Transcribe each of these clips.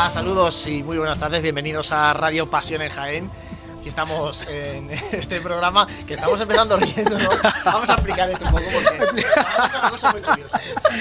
Hola, saludos y muy buenas tardes, bienvenidos a Radio Pasión en Jaén. Aquí estamos en este programa que estamos empezando riéndonos. Vamos a explicar esto un poco porque es una cosa muy curiosa.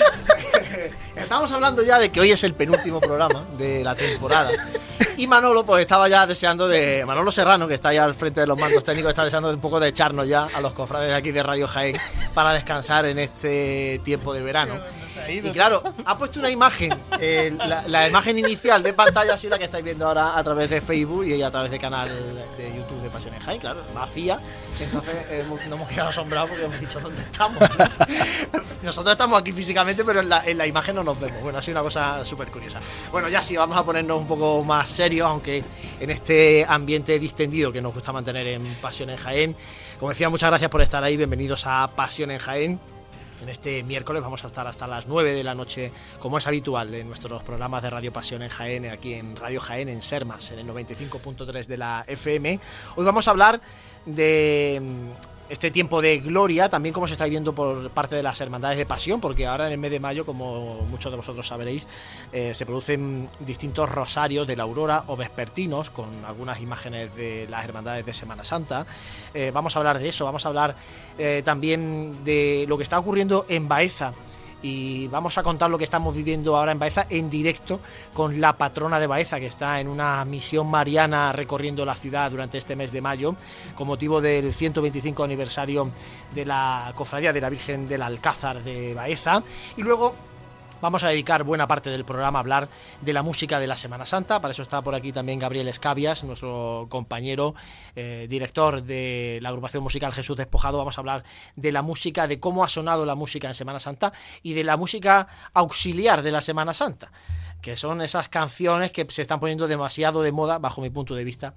Estamos hablando ya de que hoy es el penúltimo programa de la temporada. Y Manolo pues estaba ya deseando de... Manolo Serrano, que está ahí al frente de los mandos técnicos, está deseando un poco de echarnos ya a los cofrades de aquí de Radio Jaén para descansar en este tiempo de verano. Y claro, ha puesto una imagen, la imagen inicial de pantalla, así la que estáis viendo ahora a través de Facebook y a través del canal de YouTube de Pasión en Jaén, claro, vacía. Entonces nos hemos quedado asombrados porque hemos dicho ¿dónde estamos? Nosotros estamos aquí físicamente, pero en la imagen no nos vemos. Bueno, ha sido una cosa súper curiosa. Bueno, ya sí, vamos a ponernos un poco más serios, aunque en este ambiente distendido que nos gusta mantener en Pasión en Jaén. Como decía, muchas gracias por estar ahí, bienvenidos a Pasión en Jaén. En este miércoles vamos a estar hasta las 9 de la noche, como es habitual en nuestros programas de Radio Pasión en Jaén, aquí en Radio Jaén, en Sermas, en el 95.3 de la FM. Hoy vamos a hablar de este tiempo de gloria, también como se está viviendo por parte de las hermandades de pasión, porque ahora en el mes de mayo, como muchos de vosotros sabréis, se producen distintos rosarios de la aurora o vespertinos, con algunas imágenes de las hermandades de Semana Santa. Vamos a hablar de eso, vamos a hablar también de lo que está ocurriendo en Baeza. Y vamos a contar lo que estamos viviendo ahora en Baeza en directo con la patrona de Baeza, que está en una misión mariana recorriendo la ciudad durante este mes de mayo con motivo del 125 aniversario de la Cofradía de la Virgen del Alcázar de Baeza. Y luego vamos a dedicar buena parte del programa a hablar de la música de la Semana Santa. Para eso está por aquí también Gabriel Escabias, nuestro compañero, director de la agrupación musical Jesús Despojado. Vamos a hablar de la música, de cómo ha sonado la música en Semana Santa y de la música auxiliar de la Semana Santa, que son esas canciones que se están poniendo demasiado de moda, bajo mi punto de vista,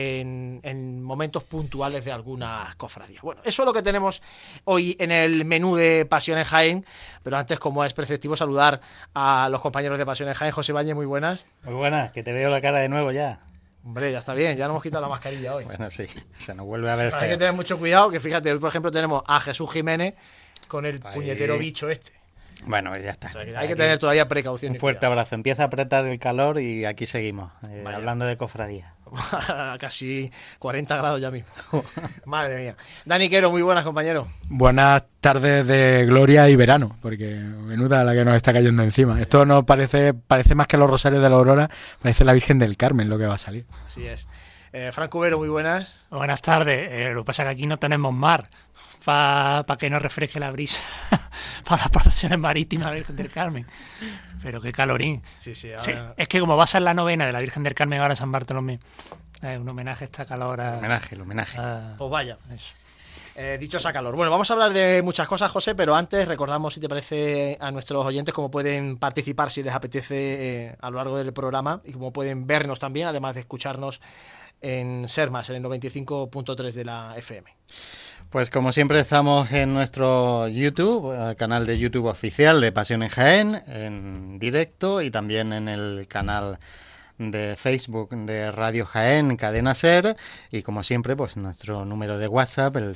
en momentos puntuales de algunas cofradías. Bueno, eso es lo que tenemos hoy en el menú de Pasión en Jaén, pero antes, como es preceptivo, saludar a los compañeros de Pasión en Jaén. José Bañez, muy buenas. Muy buenas, que te veo la cara de nuevo ya. Hombre, ya está bien, ya nos hemos quitado la mascarilla hoy. Bueno, sí, se nos vuelve a ver feo. Hay que tener mucho cuidado, que fíjate, hoy por ejemplo tenemos a Jesús Jiménez con el puñetero bicho este. Bueno, ya está. O sea, que hay que tener todavía precaución. Un fuerte abrazo. Empieza a apretar el calor y aquí seguimos, hablando de cofradía. Casi 40 grados ya mismo. Madre mía. Dani Quero, muy buenas, compañero. Buenas tardes de gloria y verano, porque menuda la que nos está cayendo encima. Esto nos parece más que los rosarios de la Aurora, parece la Virgen del Carmen lo que va a salir. Así es. Frank Cubero, muy buenas. Buenas tardes. Lo que pasa es que aquí no tenemos mar para que nos refresque la brisa para las procesiones marítimas de la Virgen del Carmen. Pero qué calorín. Sí, ahora... sí, es que como va a ser la novena de la Virgen del Carmen ahora en San Bartolomé, un homenaje a esta calor. El homenaje. Pues vaya. Dichosa calor. Bueno, vamos a hablar de muchas cosas, José, pero antes recordamos, si te parece, a nuestros oyentes cómo pueden participar si les apetece a lo largo del programa y cómo pueden vernos también, además de escucharnos en Sermas, en el 95.3 de la FM. Pues como siempre estamos en nuestro YouTube, el canal de YouTube oficial de Pasión en Jaén, en directo, y también en el canal de Facebook de Radio Jaén, Cadena Ser, y como siempre pues nuestro número de WhatsApp, el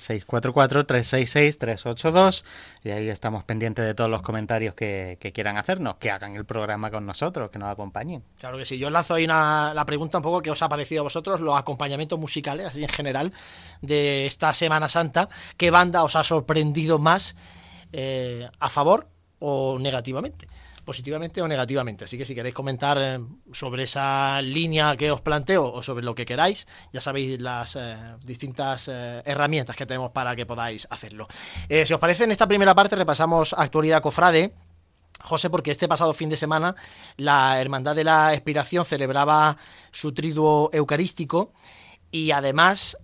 644-366-382, y ahí estamos pendientes de todos los comentarios que quieran hacernos, que hagan el programa con nosotros, que nos acompañen. Claro que sí. Yo lanzo ahí la pregunta un poco, ¿qué os ha parecido a vosotros los acompañamientos musicales, así en general, de esta Semana Santa? ¿Qué banda os ha sorprendido más, a favor o negativamente? Positivamente o negativamente, así que si queréis comentar sobre esa línea que os planteo o sobre lo que queráis, ya sabéis las distintas herramientas que tenemos para que podáis hacerlo. Si os parece, en esta primera parte repasamos actualidad cofrade, José, porque este pasado fin de semana la Hermandad de la Expiración celebraba su triduo eucarístico. Y además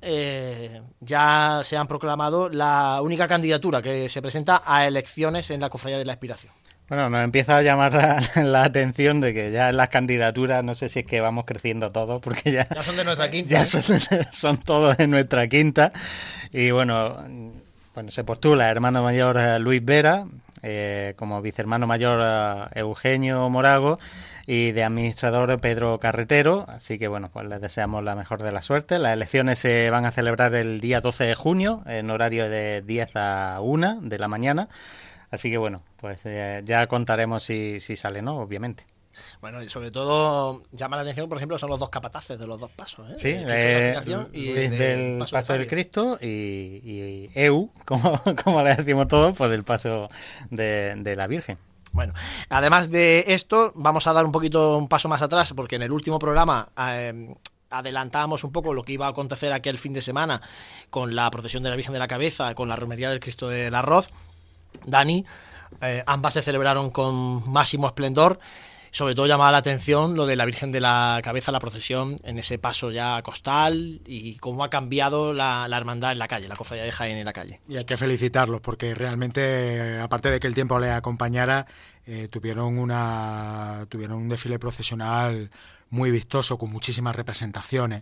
ya se han proclamado la única candidatura que se presenta a elecciones en la Cofradía de la Expiración. Bueno, nos empieza a llamar la atención de que ya en las candidaturas, no sé si es que vamos creciendo todos, porque ya son de nuestra quinta. Ya son todos en nuestra quinta. Y bueno, se postula hermano mayor Luis Vera, como vicehermano mayor Eugenio Morago, y de administrador Pedro Carretero. Así que bueno, pues les deseamos la mejor de la suerte. Las elecciones se van a celebrar el día 12 de junio, en horario de 10 a 1 de la mañana. Así que bueno, pues ya contaremos si sale, ¿no? Obviamente. Bueno, y sobre todo llama la atención, por ejemplo, son los dos capataces de los dos pasos, ¿eh? Sí, Y Luis del Paso del Palio. Cristo y EU, como le decimos todos, pues del Paso de la Virgen. Bueno, además de esto, vamos a dar un paso más atrás, porque en el último programa adelantábamos un poco lo que iba a acontecer aquel fin de semana con la procesión de la Virgen de la Cabeza, con la romería del Cristo del Arroz. Dani, ambas se celebraron con máximo esplendor. Sobre todo llamaba la atención lo de la Virgen de la Cabeza, la procesión en ese paso ya costal y cómo ha cambiado la hermandad en la calle, la cofradía de Jaén en la calle. Y hay que felicitarlos porque realmente, aparte de que el tiempo les acompañara, tuvieron un desfile procesional muy vistoso, con muchísimas representaciones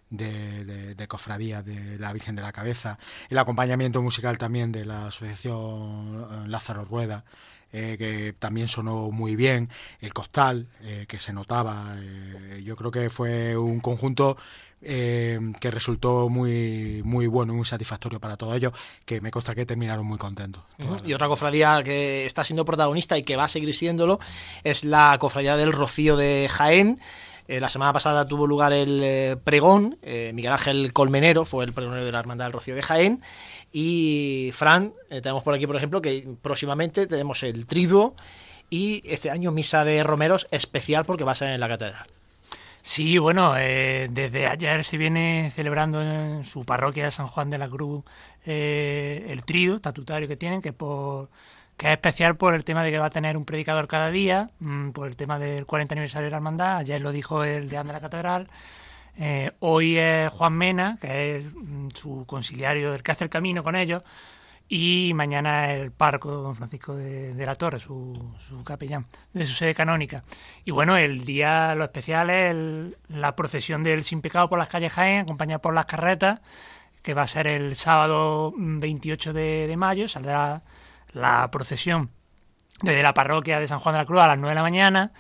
de cofradías de la Virgen de la Cabeza. El acompañamiento musical también de la asociación Lázaro Rueda, que también sonó muy bien, el costal, que se notaba. Yo creo que fue un conjunto que resultó muy bueno y muy satisfactorio para todos ellos, que me consta que terminaron muy contentos. Y otra cofradía que está siendo protagonista y que va a seguir siéndolo es la cofradía del Rocío de Jaén. La semana pasada tuvo lugar el pregón. Miguel Ángel Colmenero fue el pregonero de la Hermandad del Rocío de Jaén. Y Fran, tenemos por aquí, por ejemplo, que próximamente tenemos el triduo y este año misa de romeros especial porque va a ser en la catedral. Sí, bueno, desde ayer se viene celebrando en su parroquia de San Juan de la Cruz el triduo estatutario que tienen, que es especial por el tema de que va a tener un predicador cada día, por el tema del 40 aniversario de la hermandad. Ayer lo dijo el deán de la catedral. Hoy es Juan Mena, que es su conciliario, el que hace el camino con ellos, y mañana el párroco don Francisco de la Torre, su capellán de su sede canónica. Y bueno, lo especial es la procesión del Sin Pecado por las calles Jaén, acompañada por las carretas, que va a ser el sábado 28 de mayo. Saldrá la procesión desde la parroquia de San Juan de la Cruz a las 9 de la mañana.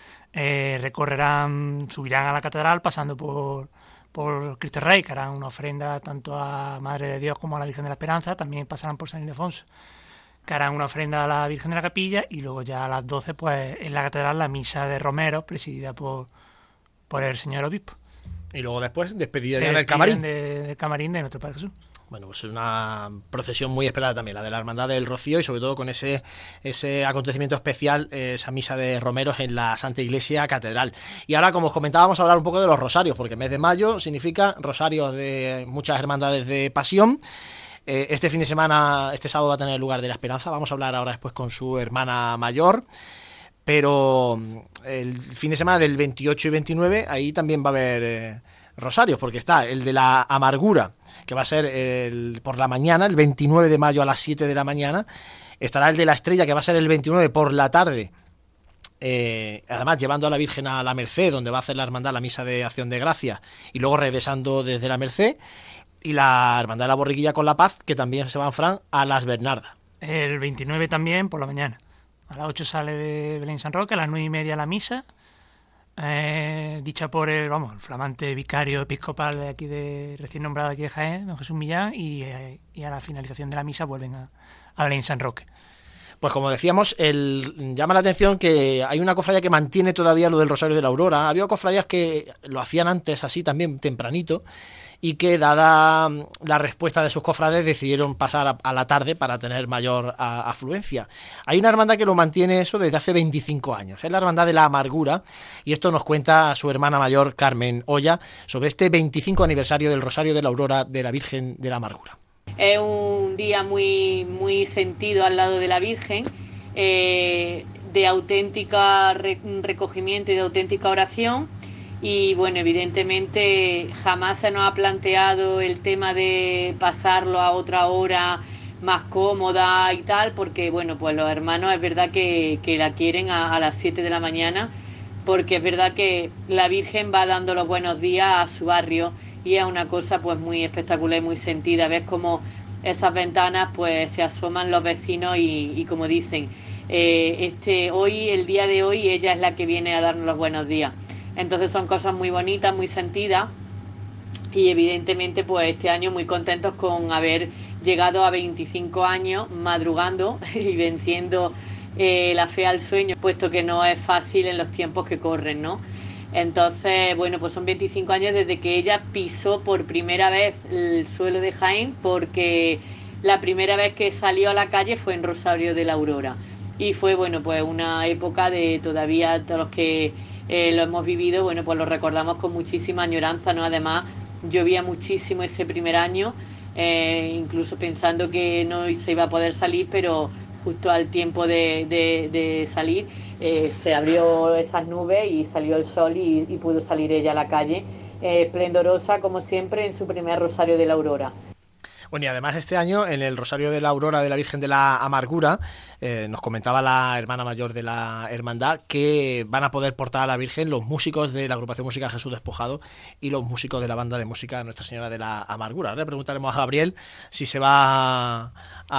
Subirán a la catedral pasando por Cristo Rey, que harán una ofrenda tanto a Madre de Dios como a la Virgen de la Esperanza. También pasarán por San Ildefonso, que harán una ofrenda a la Virgen de la Capilla, y luego ya a las 12 pues en la catedral la misa de romeros presidida por el señor obispo. Y luego después despedida ya en el camarín. Del camarín de nuestro Padre Jesús. Bueno, pues es una procesión muy esperada también, la de la Hermandad del Rocío, y sobre todo con ese acontecimiento especial, esa misa de romeros en la Santa Iglesia Catedral. Y ahora, como os comentaba, vamos a hablar un poco de los rosarios, porque el mes de mayo significa rosarios de muchas hermandades de pasión. Este fin de semana, este sábado, va a tener lugar de la Esperanza. Vamos a hablar ahora después con su hermana mayor. Pero el fin de semana del 28 y 29, ahí también va a haber rosarios, porque está el de la Amargura, que va a ser por la mañana, el 29 de mayo a las 7 de la mañana. Estará el de la Estrella, que va a ser el 29 por la tarde, además llevando a la Virgen a la Merced, donde va a hacer la hermandad la misa de Acción de Gracia, y luego regresando desde la Merced. Y la Hermandad de la Borriquilla con la Paz, que también se van, Fran, a las Bernardas. El 29 también por la mañana. A las 8 sale de Belén San Roque, a las 9:30 la misa, dicha por el flamante vicario episcopal de aquí, recién nombrado aquí de Jaén, don Jesús Millán, y a la finalización de la misa vuelven a Belén San Roque. Pues como decíamos, llama la atención que hay una cofradía que mantiene todavía lo del Rosario de la Aurora. Había cofradías que lo hacían antes así también tempranito, y que, dada la respuesta de sus cofrades, decidieron pasar a la tarde para tener mayor afluencia. Hay una hermandad que lo mantiene eso desde hace 25 años, es la Hermandad de la Amargura, y esto nos cuenta su hermana mayor, Carmen Olla, sobre este 25 aniversario del Rosario de la Aurora de la Virgen de la Amargura. Es un día muy, muy sentido al lado de la Virgen, de auténtica recogimiento y de auténtica oración. Y bueno, evidentemente jamás se nos ha planteado el tema de pasarlo a otra hora más cómoda y tal, porque bueno, pues los hermanos es verdad que la quieren a las 7 de la mañana, porque es verdad que la Virgen va dando los buenos días a su barrio, y es una cosa pues muy espectacular y muy sentida. Ves como esas ventanas pues se asoman los vecinos y como dicen, el día de hoy ella es la que viene a darnos los buenos días. Entonces son cosas muy bonitas, muy sentidas, y evidentemente pues este año muy contentos con haber llegado a 25 años madrugando y venciendo la fe al sueño, puesto que no es fácil en los tiempos que corren, ¿no? Entonces, bueno, pues son 25 años desde que ella pisó por primera vez el suelo de Jaén, porque la primera vez que salió a la calle fue en Rosario de la Aurora. Y fue, bueno, pues una época de todavía todos los que lo hemos vivido, bueno, pues lo recordamos con muchísima añoranza, ¿no? Además, llovía muchísimo ese primer año, incluso pensando que no se iba a poder salir, pero justo al tiempo de salir se abrió esas nubes y salió el sol y pudo salir ella a la calle, esplendorosa como siempre en su primer Rosario de la Aurora. Bueno, y además este año en el Rosario de la Aurora de la Virgen de la Amargura nos comentaba la hermana mayor de la hermandad que van a poder portar a la Virgen los músicos de la agrupación musical Jesús Despojado y los músicos de la banda de música Nuestra Señora de la Amargura. Ahora le preguntaremos a Gabriel si se va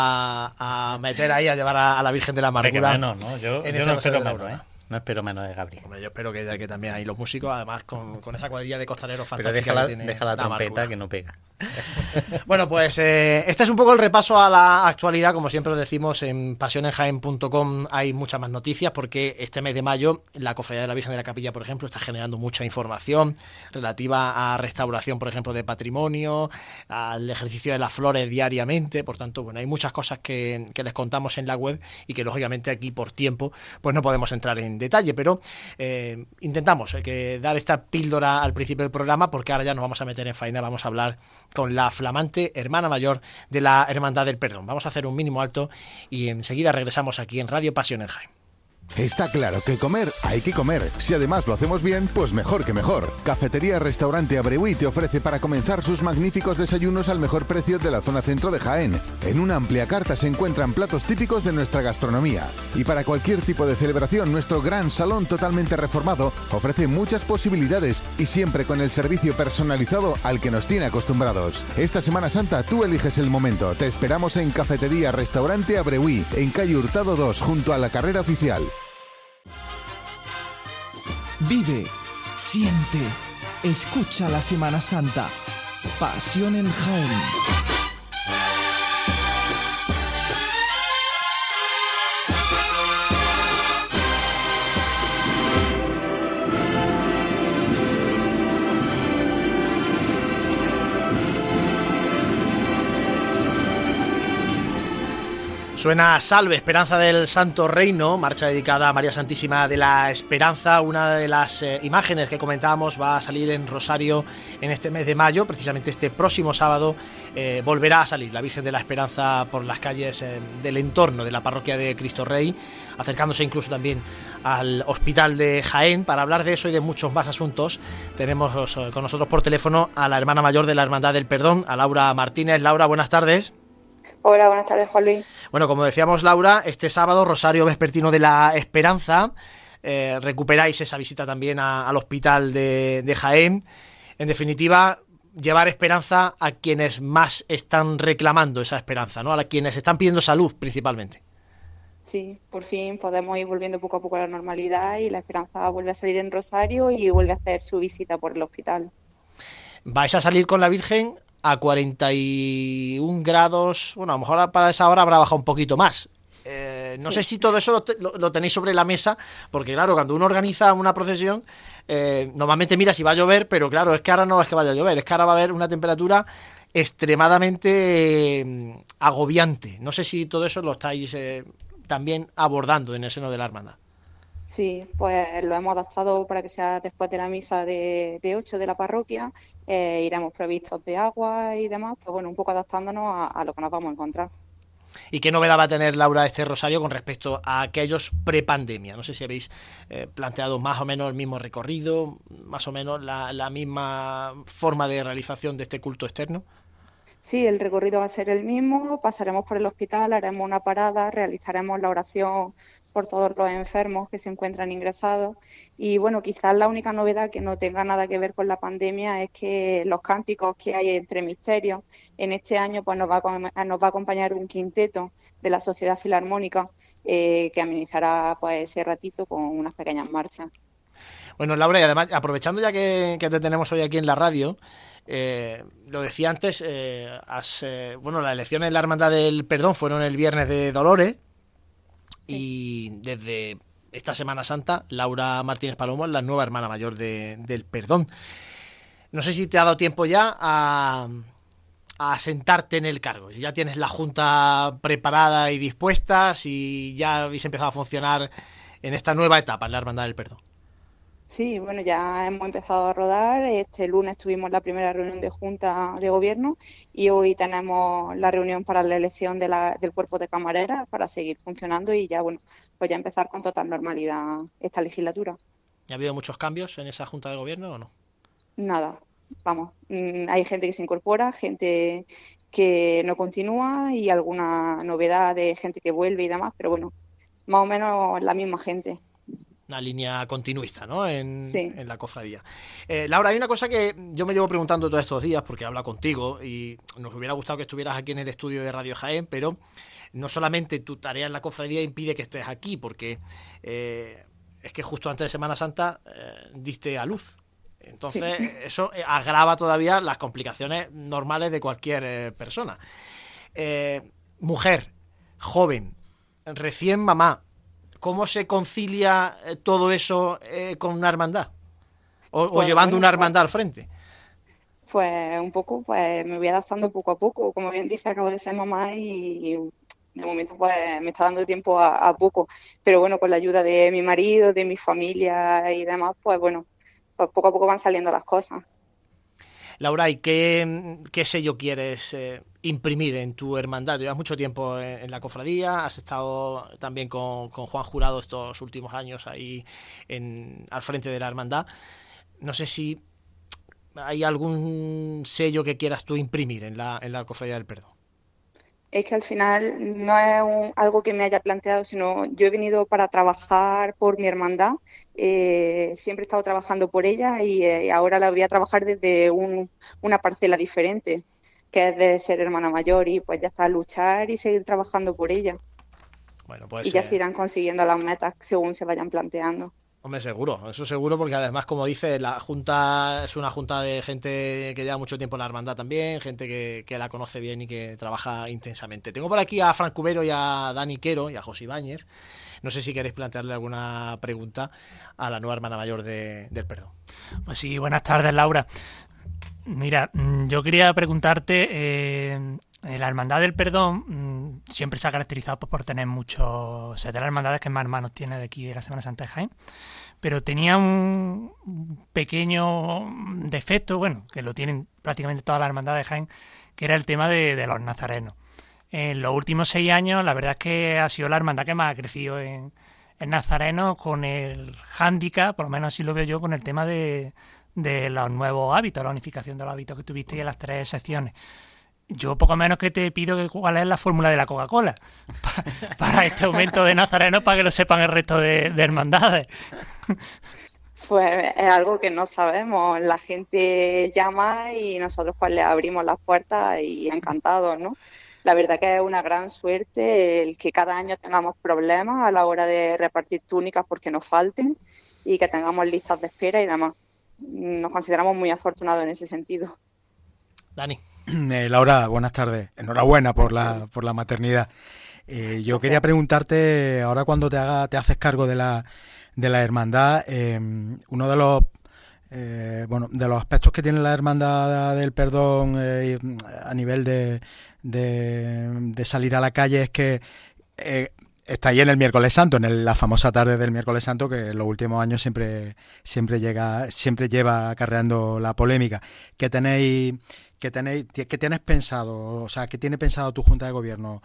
a meter ahí a llevar a la Virgen de la Amargura. No, yo no espero menos, No espero menos de Gabriel. Hombre, yo espero que también hay los músicos, además con esa cuadrilla de costaleros fantástica. Pero deja la trompeta que no pega. Bueno, pues este es un poco el repaso a la actualidad. Como siempre os decimos, en pasionenjaen.com hay muchas más noticias, porque este mes de mayo la Cofradía de la Virgen de la Capilla, por ejemplo, está generando mucha información relativa a restauración, por ejemplo, de patrimonio, al ejercicio de las flores diariamente. Por tanto, bueno, hay muchas cosas que les contamos en la web y que lógicamente aquí por tiempo pues no podemos entrar en detalle, pero intentamos dar esta píldora al principio del programa, porque ahora ya nos vamos a meter en faena. Vamos a hablar con la flamante hermana mayor de la Hermandad del Perdón. Vamos a hacer un mínimo alto y enseguida regresamos aquí en Radio Pasión en Jaén. Está claro que comer hay que comer. Si además lo hacemos bien, pues mejor que mejor. Cafetería Restaurante Abreuí te ofrece para comenzar sus magníficos desayunos al mejor precio de la zona centro de Jaén. En una amplia carta se encuentran platos típicos de nuestra gastronomía. Y para cualquier tipo de celebración, nuestro gran salón totalmente reformado ofrece muchas posibilidades y siempre con el servicio personalizado al que nos tiene acostumbrados. Esta Semana Santa tú eliges el momento. Te esperamos en Cafetería Restaurante Abreuí, en calle Hurtado 2, junto a la carrera oficial. Vive, siente, escucha la Semana Santa. Pasión en Jaén. Suena Salve, Esperanza del Santo Reino, marcha dedicada a María Santísima de la Esperanza. Una de las imágenes que comentábamos va a salir en Rosario en este mes de mayo, precisamente este próximo sábado volverá a salir la Virgen de la Esperanza por las calles del entorno de la parroquia de Cristo Rey, acercándose incluso también al Hospital de Jaén. Para hablar de eso y de muchos más asuntos tenemos con nosotros por teléfono a la hermana mayor de la Hermandad del Perdón, a Laura Martínez. Laura, buenas tardes. Hola, buenas tardes, Juan Luis. Bueno, como decíamos, Laura, este sábado, Rosario Vespertino de la Esperanza, recuperáis esa visita también al Hospital de Jaén. En definitiva, llevar esperanza a quienes más están reclamando esa esperanza, ¿no? A quienes están pidiendo salud, principalmente. Sí, por fin podemos ir volviendo poco a poco a la normalidad y la esperanza vuelve a salir en Rosario y vuelve a hacer su visita por el hospital. ¿Vais a salir con la Virgen a 41 grados? Bueno, a lo mejor para esa hora habrá bajado un poquito más. No sé si todo eso lo tenéis sobre la mesa, porque claro, cuando uno organiza una procesión, normalmente mira si va a llover, pero claro, es que ahora no es que vaya a llover, es que ahora va a haber una temperatura extremadamente agobiante. No sé si todo eso lo estáis también abordando en el seno de la hermandad. Sí, pues lo hemos adaptado para que sea después de la misa de 8 de la parroquia. Iremos provistos de agua y demás, pues bueno, un poco adaptándonos a lo que nos vamos a encontrar. ¿Y qué novedad va a tener, Laura, este rosario con respecto a aquellos prepandemia? No sé si habéis planteado más o menos el mismo recorrido, más o menos la misma forma de realización de este culto externo. Sí, el recorrido va a ser el mismo, pasaremos por el hospital, haremos una parada, realizaremos la oración por todos los enfermos que se encuentran ingresados y bueno, quizás la única novedad que no tenga nada que ver con la pandemia es que los cánticos que hay entre misterios, en este año pues nos va a acompañar un quinteto de la Sociedad Filarmónica que amenizará pues ese ratito con unas pequeñas marchas. Bueno, Laura, y además, aprovechando ya que te tenemos hoy aquí en la radio, lo decía antes, las elecciones en la Hermandad del Perdón fueron el viernes de Dolores. Sí. Y desde esta Semana Santa, Laura Martínez Palomo es la nueva hermana mayor del Perdón. No sé si te ha dado tiempo ya a sentarte en el cargo. Ya tienes la junta preparada y dispuesta, si ya habéis empezado a funcionar en esta nueva etapa en la Hermandad del Perdón. Sí, bueno, ya hemos empezado a rodar. Este lunes tuvimos la primera reunión de Junta de Gobierno y hoy tenemos la reunión para la elección del cuerpo de camareras para seguir funcionando y ya, bueno, pues ya empezar con total normalidad esta legislatura. ¿Ha habido muchos cambios en esa Junta de Gobierno o no? Nada, vamos, hay gente que se incorpora, gente que no continúa y alguna novedad de gente que vuelve y demás, pero bueno, más o menos la misma gente. Una línea continuista, ¿no? Sí. En la cofradía. Laura, hay una cosa que yo me llevo preguntando todos estos días porque he hablado contigo y nos hubiera gustado que estuvieras aquí en el estudio de Radio Jaén, pero no solamente tu tarea en la cofradía impide que estés aquí, porque es que justo antes de Semana Santa diste a luz. Entonces, sí, eso agrava todavía las complicaciones normales de cualquier persona. Mujer, joven, recién mamá, ¿cómo se concilia todo eso con una hermandad? O llevando una hermandad al frente. Pues un poco, pues me voy adaptando poco a poco. Como bien dice, acabo de ser mamá y de momento pues me está dando tiempo a poco. Pero bueno, con la ayuda de mi marido, de mi familia y demás, pues bueno, pues poco a poco van saliendo las cosas. Laura, ¿y qué sello quieres imprimir en tu hermandad? Llevas mucho tiempo en la cofradía, has estado también con Juan Jurado estos últimos años ahí al frente de la hermandad. No sé si hay algún sello que quieras tú imprimir en la cofradía del Perdón. Es que al final no es algo que me haya planteado, sino yo he venido para trabajar por mi hermandad. Siempre he estado trabajando por ella y ahora la voy a trabajar desde una parcela diferente, que es de ser hermana mayor y pues ya está, luchar y seguir trabajando por ella. Bueno, pues, y ya se irán consiguiendo las metas según se vayan planteando. Hombre, seguro, eso seguro, porque además, como dice, la Junta es una junta de gente que lleva mucho tiempo en la hermandad también, gente que la conoce bien y que trabaja intensamente. Tengo por aquí a Fran Cubero y a Dani Quero y a José Ibáñez. No sé si queréis plantearle alguna pregunta a la nueva hermana mayor del Perdón. Pues sí, buenas tardes, Laura. Mira, yo quería preguntarte, la Hermandad del Perdón siempre se ha caracterizado por tener muchos, o sea, de las hermandades que más hermanos tiene de aquí de la Semana Santa de Jaén, pero tenía un pequeño defecto, bueno, que lo tienen prácticamente todas las hermandades de Jaén, que era el tema de los nazarenos. En los últimos 6 años, la verdad es que ha sido la hermandad que más ha crecido en nazarenos, con el hándicap, por lo menos así lo veo yo, con el tema de los nuevos hábitos, la unificación de los hábitos que tuviste en las 3 secciones. Yo poco menos que te pido que cuál es la fórmula de la Coca-Cola para este aumento de nazarenos, para que lo sepan el resto de hermandades. Pues es algo que no sabemos. La gente llama y nosotros pues le abrimos las puertas y encantados, ¿no? La verdad que es una gran suerte el que cada año tengamos problemas a la hora de repartir túnicas porque nos falten y que tengamos listas de espera y demás. Nos consideramos muy afortunados en ese sentido. Dani. Laura, buenas tardes. Enhorabuena por la maternidad. Yo quería preguntarte, ahora cuando te haces cargo de la hermandad, uno de los aspectos que tiene la Hermandad del Perdón a nivel de salir a la calle es que está ahí en el Miércoles Santo, en la famosa tarde del Miércoles Santo, que en los últimos años siempre lleva acarreando la polémica. ¿Qué tienes pensado? O sea, ¿qué tiene pensado tu Junta de Gobierno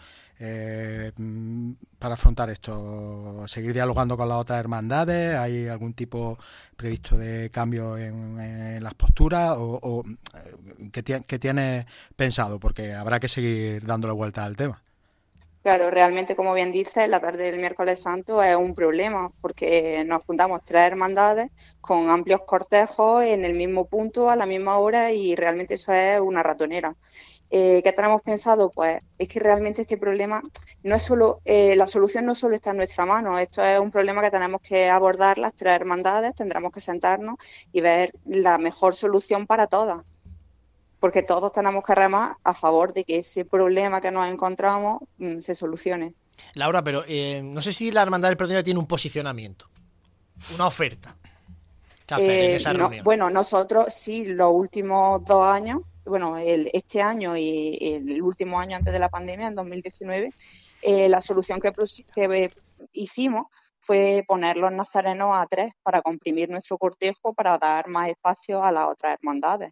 para afrontar esto? ¿Seguir dialogando con las otras hermandades? ¿Hay algún tipo previsto de cambio en las posturas? ¿O qué tienes pensado? Porque habrá que seguir dándole vuelta al tema. Claro, realmente, como bien dices, la tarde del Miércoles Santo es un problema porque nos juntamos 3 hermandades con amplios cortejos en el mismo punto a la misma hora y realmente eso es una ratonera. ¿Qué tenemos pensado? Pues es que realmente este problema no es solo, la solución no solo está en nuestra mano, esto es un problema que tenemos que abordar las 3 hermandades, tendremos que sentarnos y ver la mejor solución para todas. Porque todos tenemos que remar a favor de que ese problema que nos encontramos se solucione. Laura, pero no sé si la Hermandad del Perdón ya tiene un posicionamiento, una oferta que hacer en esa reunión. Bueno, nosotros sí, los últimos 2 años, este año y el último año antes de la pandemia, en 2019, la solución que hicimos fue poner los nazarenos a 3 para comprimir nuestro cortejo, para dar más espacio a las otras hermandades.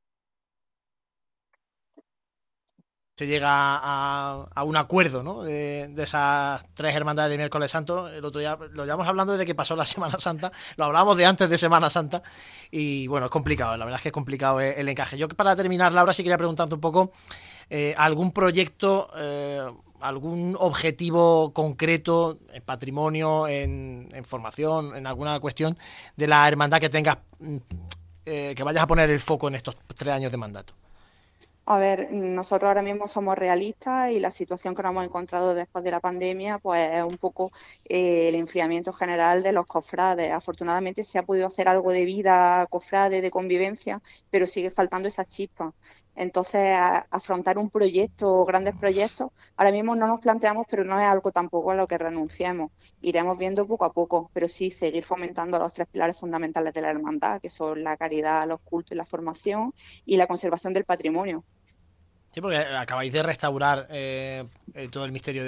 Se llega a un acuerdo, ¿no? de esas 3 hermandades de Miércoles Santo. El otro día lo llevamos hablando desde que pasó la Semana Santa, lo hablábamos de antes de Semana Santa, y bueno, es complicado, la verdad es que es complicado el encaje. Yo, para terminar, Laura, sí quería preguntarte un poco algún proyecto, algún objetivo concreto en patrimonio, en formación, en alguna cuestión de la hermandad que tengas, que vayas a poner el foco en estos 3 años de mandato. A ver, nosotros ahora mismo somos realistas y la situación que nos hemos encontrado después de la pandemia pues es un poco el enfriamiento general de los cofrades. Afortunadamente se ha podido hacer algo de vida cofrade, de convivencia, pero sigue faltando esa chispa. Entonces, afrontar un proyecto, grandes proyectos, ahora mismo no nos planteamos, pero no es algo tampoco a lo que renunciemos. Iremos viendo poco a poco, pero sí seguir fomentando los 3 pilares fundamentales de la hermandad, que son la caridad, los cultos y la formación, y la conservación del patrimonio. Sí, porque acabáis de restaurar todo el misterio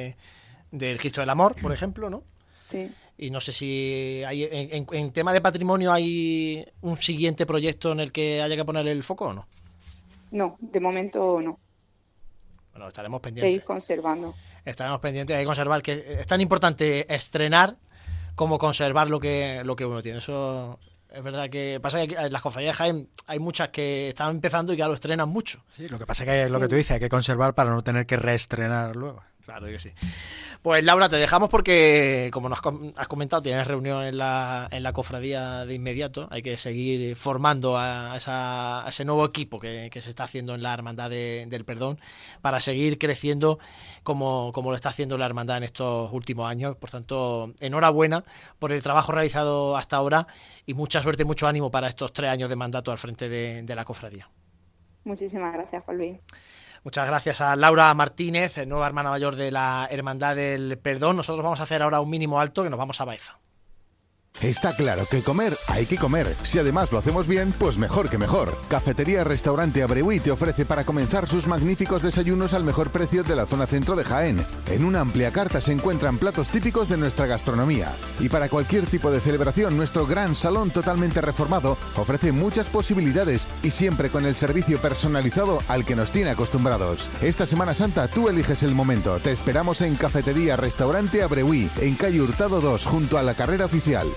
del Cristo del Amor, por ejemplo, ¿no? Sí. Y no sé si hay, en tema de patrimonio, ¿hay un siguiente proyecto en el que haya que poner el foco o no? No, de momento no. Bueno, estaremos pendientes. Seguir conservando. Estaremos pendientes de conservar, que es tan importante estrenar como conservar lo que uno tiene. Eso es verdad. Que pasa que en las cofradías de Jaén hay muchas que están empezando y que ya lo estrenan mucho. Sí, lo que pasa es que es lo que tú dices, hay que conservar para no tener que reestrenar luego. Claro que sí. Pues Laura, te dejamos porque, como nos has comentado, tienes reunión en la cofradía de inmediato. Hay que seguir formando a ese nuevo equipo que se está haciendo en la Hermandad del Perdón para seguir creciendo como lo está haciendo la Hermandad en estos últimos años. Por tanto, enhorabuena por el trabajo realizado hasta ahora y mucha suerte y mucho ánimo para estos 3 años de mandato al frente de la cofradía. Muchísimas gracias, Juan Luis. Muchas gracias a Laura Martínez, nueva hermana mayor de la Hermandad del Perdón. Nosotros vamos a hacer ahora un mínimo alto, que nos vamos a Baeza. Está claro que comer hay que comer. Si además lo hacemos bien, pues mejor que mejor. Cafetería Restaurante Abreuí te ofrece para comenzar sus magníficos desayunos al mejor precio de la zona centro de Jaén. En una amplia carta se encuentran platos típicos de nuestra gastronomía. Y para cualquier tipo de celebración, nuestro gran salón totalmente reformado ofrece muchas posibilidades y siempre con el servicio personalizado al que nos tiene acostumbrados. Esta Semana Santa tú eliges el momento. Te esperamos en Cafetería Restaurante Abreuí, en calle Hurtado 2, junto a la carrera oficial.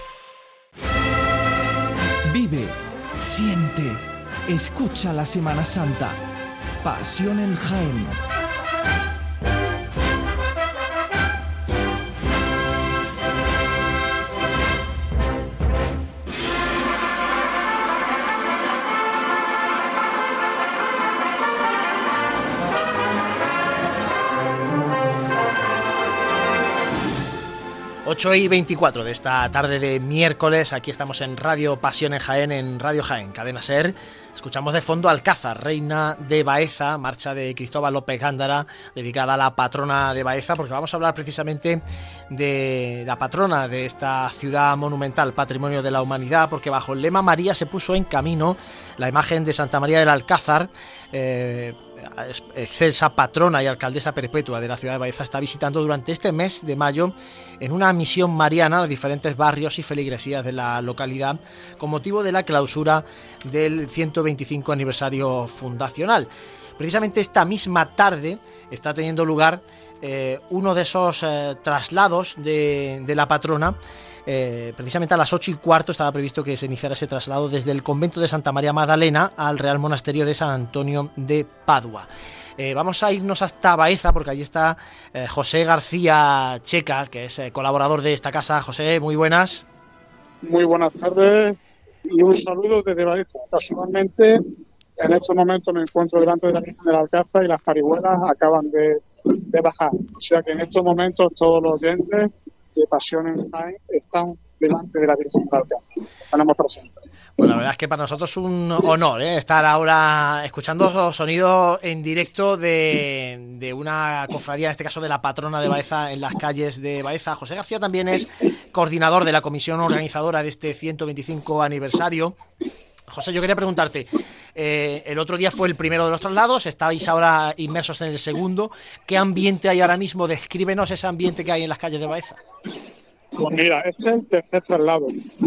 Vive, siente, escucha la Semana Santa. Pasión en Jaén. Ocho y 24 de esta tarde de miércoles, aquí estamos en Radio Pasión en Jaén, en Radio Jaén, Cadena SER. Escuchamos de fondo Alcázar, Reina de Baeza, marcha de Cristóbal López Gándara, dedicada a la patrona de Baeza, porque vamos a hablar precisamente de la patrona de esta ciudad monumental, Patrimonio de la Humanidad, porque bajo el lema María se puso en camino la imagen de Santa María del Alcázar, excelsa patrona y alcaldesa perpetua de la ciudad de Baeza, está visitando durante este mes de mayo en una misión mariana a los diferentes barrios y feligresías de la localidad con motivo de la clausura del 125 aniversario fundacional. Precisamente esta misma tarde está teniendo lugar uno de esos traslados de la patrona. Precisamente a las 8:15 estaba previsto que se iniciara ese traslado desde el convento de Santa María Magdalena al Real Monasterio de San Antonio de Padua. Vamos a irnos hasta Baeza porque allí está José García Checa, que es colaborador de esta casa. José, muy buenas. Muy buenas tardes y un saludo desde Baeza. Casualmente, en estos momentos me encuentro delante de la Virgen del Alcázar y las parihuelas acaban de bajar. O sea que en estos momentos todos los oyentes de Pasión en Jaén están delante de la Virgen del Alcázar. Tenemos presente. Pues la verdad es que para nosotros es un honor estar ahora escuchando sonidos en directo de una cofradía, en este caso de la patrona de Baeza, en las calles de Baeza. José García también es coordinador de la comisión organizadora de este 125 aniversario. José, yo quería preguntarte, el otro día fue el primero de los traslados, estáis ahora inmersos en el segundo. ¿Qué ambiente hay ahora mismo? Descríbenos ese ambiente que hay en las calles de Baeza. Pues mira, este es el tercer traslado.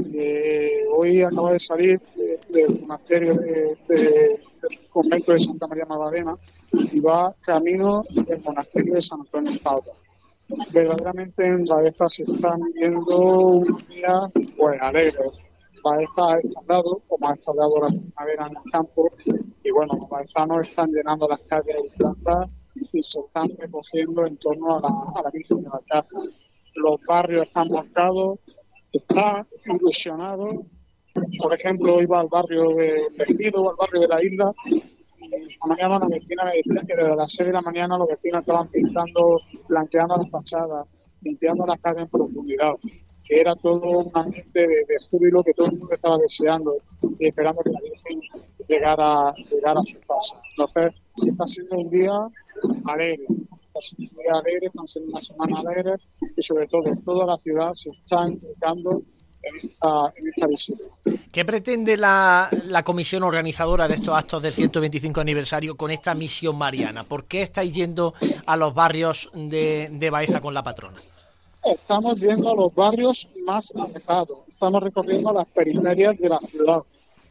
Hoy acaba de salir del monasterio del convento de Santa María Magdalena y va camino del monasterio de San Antonio de Padua. Verdaderamente en Baeza se están viviendo unos días pues alegres. Baeza ha estallado, como ha estallado la primavera en el campo, y bueno, los baezanos están llenando las calles de plantas y se están recogiendo en torno a la Virgen de la Alcázar. Los barrios están marcados, están ilusionados. Por ejemplo, iba al barrio de Tejido, al barrio de la Isla, y esta mañana una vecina me decía que desde las 6 de la mañana los vecinos estaban pintando, blanqueando las fachadas, limpiando las calles en profundidad, que era todo un ambiente de júbilo que todo el mundo estaba deseando y esperando que la Virgen llegara a su casa. Entonces, está siendo un día alegre. Están siendo una semana alegre y sobre todo toda la ciudad se está implicando en esta visita. ¿Qué pretende la comisión organizadora de estos actos del 125 aniversario con esta misión mariana? ¿Por qué estáis yendo a los barrios de Baeza con la patrona? Estamos yendo a los barrios más alejados, estamos recorriendo las periferias de la ciudad.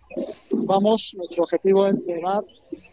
Nuestro objetivo es llevar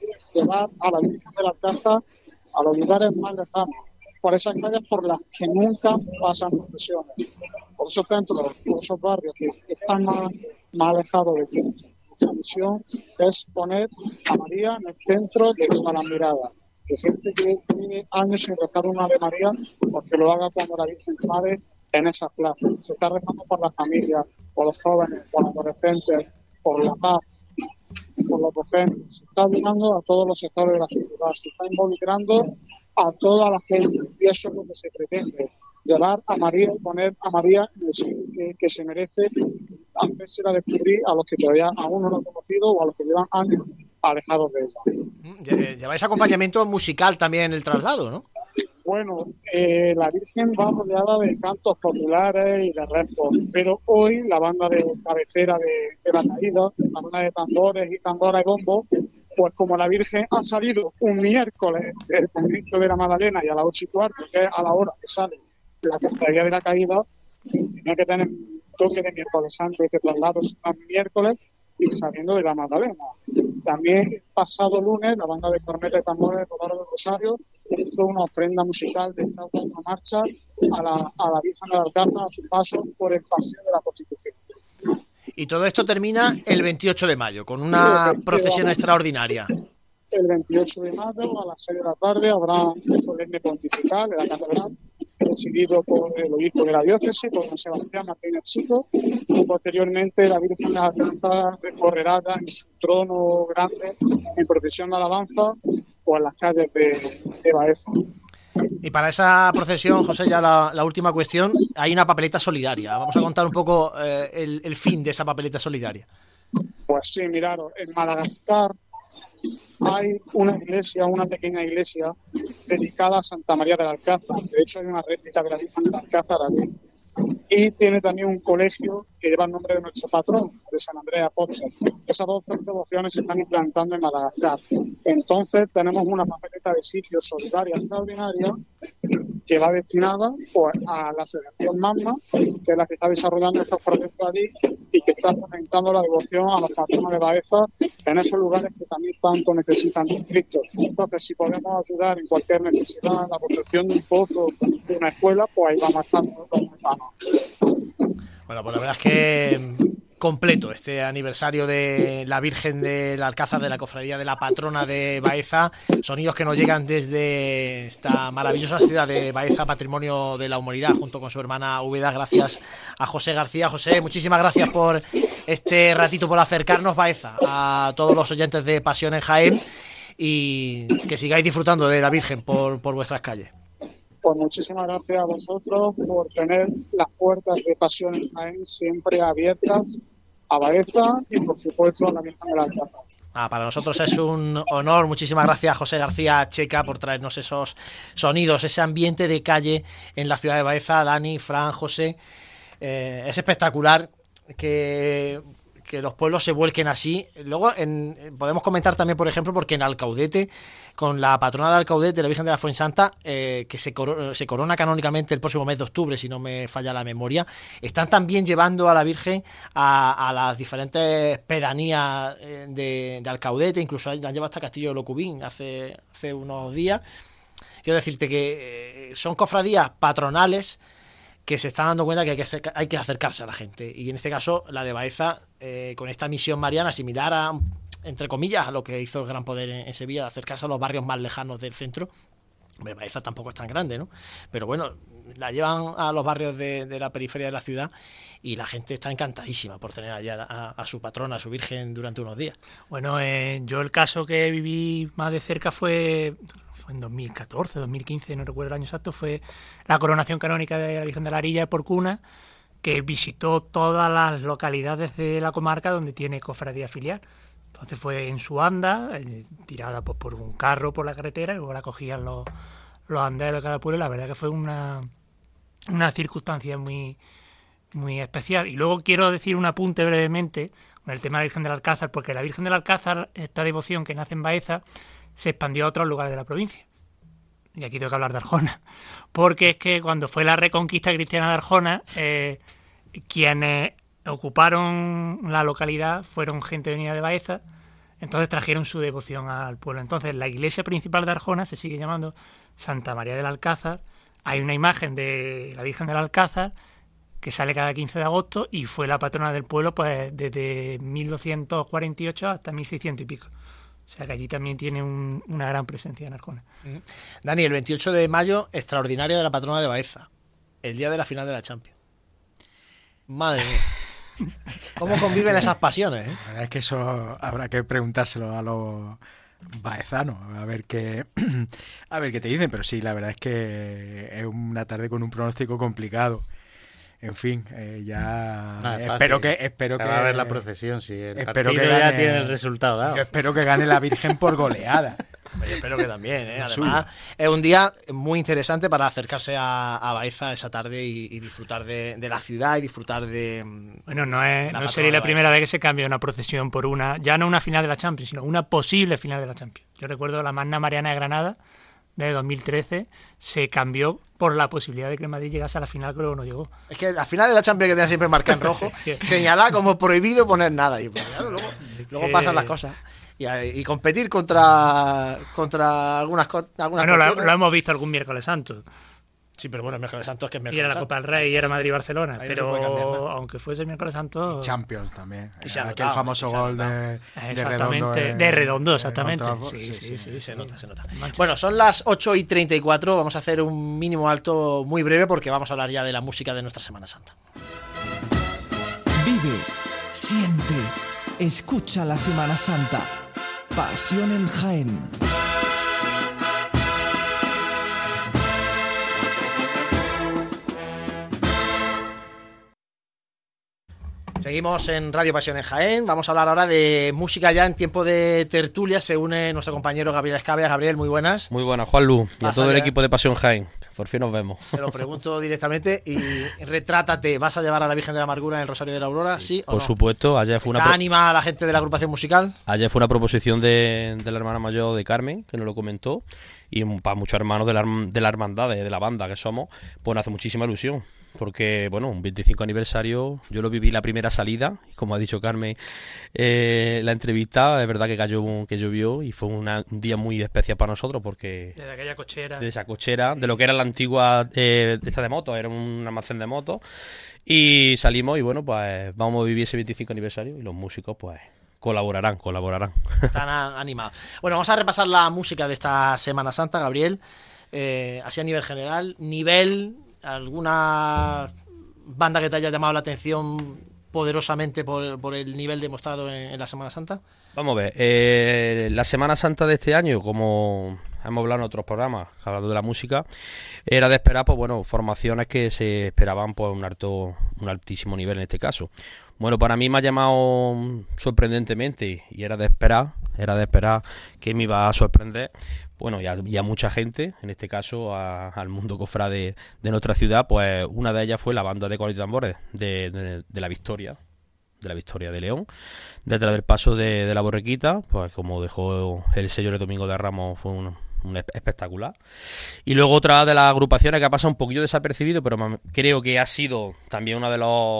a la Virgen de la Alcázar a los lugares más lejanos, por esas calles por las que nunca pasan procesiones, por esos centros, por esos barrios que están más alejados de ti. Nuestra misión es poner a María en el centro de todas las miradas. Que gente que tiene años sin rezar una Ave María, porque lo haga cuando la Virgen pare en esas plazas. Se está rezando por la familia, por los jóvenes, por los adolescentes, por la paz, por los docentes. Se está ayudando a todos los sectores de la sociedad, se está involucrando a toda la gente, y eso es lo que se pretende, llevar a María y poner a María en el sitio que se merece, hacérsela descubrir a los que todavía aún no lo han conocido o a los que llevan años alejados de ella. Lleváis acompañamiento musical también en el traslado, ¿no? Bueno, la Virgen va rodeada de cantos populares y de rezos, pero hoy la banda de cabecera de la caída, la banda de tambores y tambora y bombo, pues como la Virgen ha salido un miércoles del convento de la Magdalena y a las 8:15, que es a la hora que sale la cofradía de la caída, tenía que tener un toque de miércoles santo este traslado el miércoles y saliendo de la Magdalena. También el pasado lunes la banda de cornetas y tambores de Rodado del Rosario hizo una ofrenda musical de esta última marcha a la Virgen de la Alcázar a su paso por el Paseo de la Constitución. Y todo esto termina el 28 de mayo con una procesión extraordinaria. El 28 de mayo a las 6 de la tarde habrá un solemne pontifical en la catedral, presidido por el obispo de la diócesis, por don Sebastián Martínez Chico, y posteriormente la Virgen de la Alcázar recorrerá en su trono grande en procesión de alabanza por las calles de Baeza. Y para esa procesión, José, ya la última cuestión, hay una papeleta solidaria. Vamos a contar un poco el fin de esa papeleta solidaria. Pues sí, miraros, en Madagascar hay una pequeña iglesia dedicada a Santa María del Alcázar. De hecho, hay una réplica de la Virgen del Alcázar allí. Y tiene también un colegio que lleva el nombre de nuestro patrón, de San Andrés Apóstol. Esas dos devociones se están implantando en Madagascar. Entonces, tenemos una papeleta de sitio solidaria extraordinaria que va destinada pues, a la asociación MAMMA, que es la que está desarrollando estos proyectos allí y que está fomentando la devoción a los patronos de Baeza en esos lugares que también tanto necesitan de Cristo. Entonces, si podemos ayudar en cualquier necesidad, la construcción de un pozo, de una escuela, pues ahí vamos a estar todos muy manos. Bueno, pues la verdad es que completo este aniversario de la Virgen del Alcázar, de la cofradía de la patrona de Baeza, sonidos que nos llegan desde esta maravillosa ciudad de Baeza, patrimonio de la humanidad, junto con su hermana Úbeda. Gracias a José García. José, muchísimas gracias por este ratito, por acercarnos Baeza a todos los oyentes de Pasión en Jaén, y que sigáis disfrutando de la Virgen por vuestras calles. Pues muchísimas gracias a vosotros por tener las puertas de Pasión en Jaén siempre abiertas a Baeza y, por supuesto, a la Virgen del Alcázar. Para nosotros es un honor. Muchísimas gracias, José García Checa, por traernos esos sonidos, ese ambiente de calle en la ciudad de Baeza. Dani, Fran, José, es espectacular que los pueblos se vuelquen así. Luego podemos comentar también, por ejemplo, porque en Alcaudete, con la patrona de Alcaudete, la Virgen de la Fuensanta, que se corona canónicamente el próximo mes de octubre, si no me falla la memoria, están también llevando a la Virgen a las diferentes pedanías de Alcaudete, incluso han llevado hasta Castillo de Locubín hace unos días. Quiero decirte que son cofradías patronales que se están dando cuenta que hay que acercarse a la gente. Y en este caso, la de Baeza, con esta misión mariana similar a, entre comillas, a lo que hizo el Gran Poder en Sevilla, de acercarse a los barrios más lejanos del centro. Baeza tampoco es tan grande, ¿no? Pero bueno, la llevan a los barrios de la periferia de la ciudad y la gente está encantadísima por tener allá a su patrona, a su Virgen, durante unos días. Bueno, yo el caso que viví más de cerca fue en 2014, 2015, no recuerdo el año exacto, fue la coronación canónica de la Virgen de la Arilla de Porcuna, que visitó todas las localidades de la comarca donde tiene cofradía filial. Entonces fue en su anda, tirada por un carro por la carretera, y luego la cogían los anderos de cada pueblo, y la verdad que fue una circunstancia muy, muy especial. Y luego quiero decir un apunte brevemente con el tema de la Virgen del Alcázar, porque la Virgen del Alcázar, esta devoción que nace en Baeza, se expandió a otros lugares de la provincia. Y aquí tengo que hablar de Arjona, porque es que cuando fue la reconquista cristiana de Arjona, quienes ocuparon la localidad fueron gente venida de Baeza, entonces trajeron su devoción al pueblo. Entonces la iglesia principal de Arjona se sigue llamando Santa María del Alcázar. Hay una imagen de la Virgen del Alcázar que sale cada 15 de agosto y fue la patrona del pueblo pues desde 1248 hasta 1600 y pico. O sea que allí también tiene una gran presencia en Arjona. Dani, el 28 de mayo, extraordinaria de la patrona de Baeza, el día de la final de la Champions. Madre mía. ¿Cómo conviven esas pasiones? La verdad es que eso habrá que preguntárselo a los baezanos, a ver qué te dicen, pero sí, la verdad es que es una tarde con un pronóstico complicado. En fin, espero que va a ver la procesión, si el espero partido que gane, ya tiene el resultado dado. Yo espero que gane la Virgen por goleada. Yo espero que también, ¿eh? Además, es un día muy interesante para acercarse a Baeza esa tarde y disfrutar de la ciudad y disfrutar de... Bueno, no sería la primera vez que se cambia una procesión por ya no una final de la Champions, sino una posible final de la Champions. Yo recuerdo la Magna Mariana de Granada de 2013, se cambió por la posibilidad de que el Madrid llegase a la final, que luego no llegó. Es que la final de la Champions que tiene siempre marcada en rojo, señala como prohibido poner nada. Y pues, claro, luego pasan las cosas. Y competir contra algunas cosas. Bueno, lo hemos visto algún miércoles santo. Sí, pero bueno, el miércoles santo es que es miércoles y era la santo. Copa del Rey y era Madrid-Barcelona. Ahí pero no se puede cambiar, ¿no? aunque fuese el miércoles santo... Y Champions también. Y Aquel famoso gol de Redondo. De Redondo, exactamente. Sí, se nota. Bueno, son las 8:34. Vamos a hacer un mínimo alto muy breve porque vamos a hablar ya de la música de nuestra Semana Santa. Vive, siente, escucha la Semana Santa. Pasión en Jaén. Seguimos en Radio Pasión en Jaén. Vamos a hablar ahora de música ya en tiempo de tertulia. Se une nuestro compañero Gabriel Escabia. Gabriel, muy buenas. Muy buenas, Juanlu. Y a todo el allá. equipo de Pasión Jaén. Por fin nos vemos. Te lo pregunto directamente y retrátate. ¿Vas a llevar a la Virgen de la Amargura en el Rosario de la Aurora? Sí, ¿o por no? supuesto. Ayer fue ¿Está anima a la gente de la agrupación musical? Ayer fue una proposición de la hermana mayor de Carmen, que nos lo comentó. Y para muchos hermanos de la hermandad, de la banda que somos, pues nos hace muchísima ilusión. Porque, bueno, un 25 aniversario, yo lo viví la primera salida, y como ha dicho Carmen, la entrevista, es verdad que llovió y fue un día muy especial para nosotros porque... Desde aquella cochera. De esa cochera, de lo que era la antigua esta de motos, era un almacén de motos, y salimos y bueno, pues vamos a vivir ese 25 aniversario y los músicos pues... Colaborarán. Están animados. Bueno, vamos a repasar la música de esta Semana Santa, Gabriel. Así a nivel general. ¿Alguna banda que te haya llamado la atención poderosamente por el nivel demostrado en la Semana Santa? Vamos a ver. La Semana Santa de este año, como hemos hablado en otros programas, hablando de la música, era de esperar, pues bueno, formaciones que se esperaban pues un altísimo nivel en este caso. Bueno, para mí me ha llamado sorprendentemente y era de esperar que me iba a sorprender. Bueno, y a mucha gente, en este caso al mundo cofrade de nuestra ciudad, pues una de ellas fue la banda de coros y tambores de la Victoria de León, detrás del paso de la Borriquita, pues como dejó el sello de Domingo de Ramos, fue un espectacular. Y luego otra de las agrupaciones que ha pasado un poquillo desapercibido, pero creo que ha sido también una de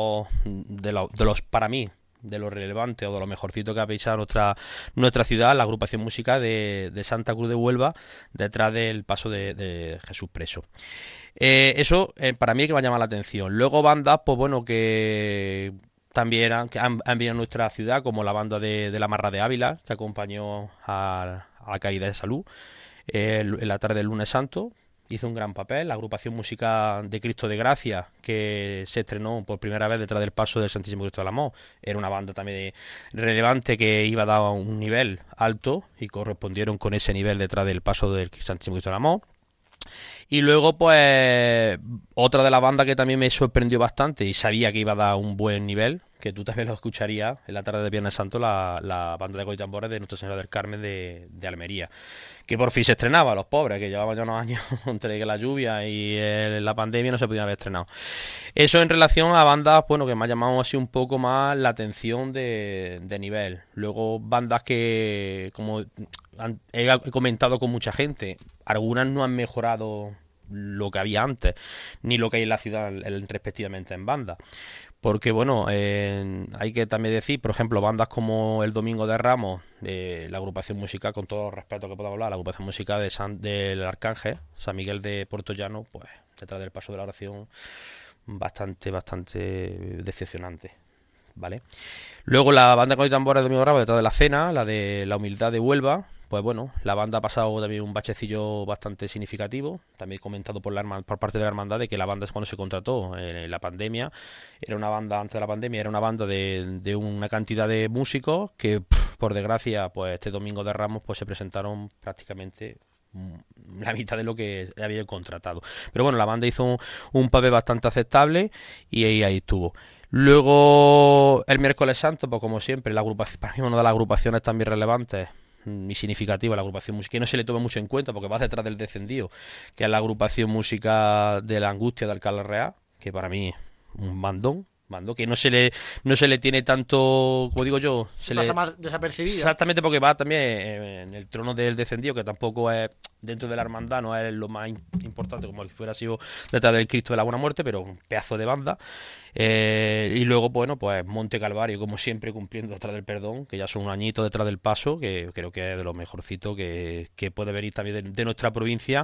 los para mí, de lo relevante o de lo mejorcito que ha pisado nuestra ciudad, la agrupación música de Santa Cruz de Huelva, detrás del paso de Jesús Preso. Eso para mí es que me ha llamado la atención. Luego bandas, pues bueno, que también han venido a nuestra ciudad, como la banda de la Marra de Ávila, que acompañó a la Caridad de Salud en la tarde del lunes santo. Hizo un gran papel. La agrupación música de Cristo de Gracia, que se estrenó por primera vez detrás del paso del Santísimo Cristo del Amor, era una banda también relevante que iba a dar un nivel alto y correspondieron con ese nivel detrás del paso del Santísimo Cristo del Amor. Y luego, pues, otra de las bandas que también me sorprendió bastante y sabía que iba a dar un buen nivel, que tú también lo escucharías en la tarde de Viernes Santo, la banda de coros y tambores de Nuestra Señora del Carmen de Almería, que por fin se estrenaba, los pobres, que llevaban ya unos años entre la lluvia y la pandemia no se podían haber estrenado. Eso en relación a bandas, bueno, que me ha llamado así un poco más la atención de nivel. Luego bandas que, como he comentado con mucha gente, algunas no han mejorado lo que había antes, ni lo que hay en la ciudad respectivamente en bandas. Porque bueno, hay que también decir, por ejemplo, bandas como el Domingo de Ramos, la agrupación musical, con todo el respeto que puedo hablar, la agrupación musical del Arcángel, San Miguel de Puerto Llano, pues detrás del paso de la oración, bastante decepcionante, ¿vale? Luego la banda con tambores de Domingo de Ramos, detrás de la Cena, la de la Humildad de Huelva. Pues bueno, la banda ha pasado también un bachecillo bastante significativo, también comentado por parte de la hermandad, de que la banda cuando se contrató en la pandemia, era una banda, antes de la pandemia, era una banda de una cantidad de músicos que, por desgracia, pues este Domingo de Ramos pues se presentaron prácticamente la mitad de lo que había contratado. Pero bueno, la banda hizo un papel bastante aceptable y ahí estuvo. Luego, el miércoles santo, pues como siempre, la agrupación, para mí una de las agrupaciones también relevantes y significativa, la agrupación música, que no se le toma mucho en cuenta porque va detrás del descendido, que es la agrupación música de la Angustia de Alcalá Real, que para mí es un bandón que no se le tiene tanto, como digo yo, pasa más desapercibido. Exactamente, porque va también en el trono del descendido, que tampoco es dentro de la hermandad, no es lo más importante como si fuera sido detrás del Cristo de la Buena Muerte, pero un pedazo de banda. Y luego, bueno, pues Monte Calvario, como siempre, cumpliendo detrás del perdón, que ya son un añito detrás del paso, que creo que es de lo mejorcito que puede venir también de nuestra provincia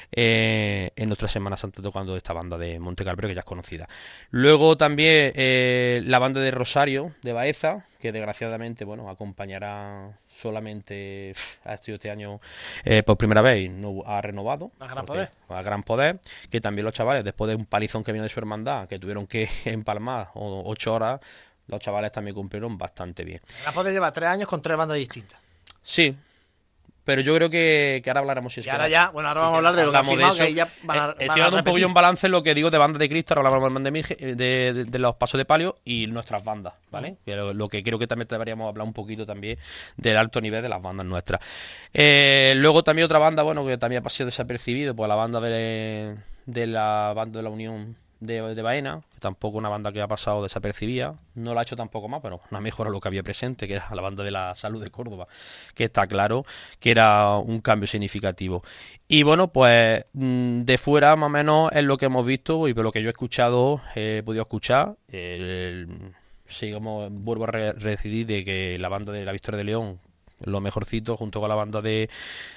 en nuestra Semana Santa, tocando esta banda de Monte Calvario, que ya es conocida. Luego también la banda de Rosario de Baeza, que desgraciadamente, bueno, acompañará solamente a este año por primera vez y no ha renovado. A gran poder, que también los chavales, después de un palizón que vino de su hermandad, que tuvieron que empalmar 8 horas, los chavales también cumplieron bastante bien. Gran Poder lleva 3 años con 3 bandas distintas. Sí, pero yo creo que ahora hablaremos. Si es y ahora ya, bueno, ahora vamos a hablar de lo que han firmado, que ahí ya estoy dando un poquillo en balance lo que digo de bandas de Cristo, ahora hablamos de los pasos de palio y nuestras bandas, ¿vale? Lo que creo que también deberíamos hablar un poquito también del alto nivel de las bandas nuestras. Luego también otra banda, bueno, que también ha pasado desapercibido, pues la banda de la Unión de Baena, que tampoco una banda que ha pasado desapercibida, no la ha hecho tampoco más, pero no ha mejorado lo que había presente, que era la banda de la Salud de Córdoba, que está claro que era un cambio significativo. Y bueno, pues de fuera más o menos es lo que hemos visto y por lo que yo he escuchado, he podido escuchar, vuelvo a decidir de que la banda de la Victoria de León, lo mejorcito, junto con la banda de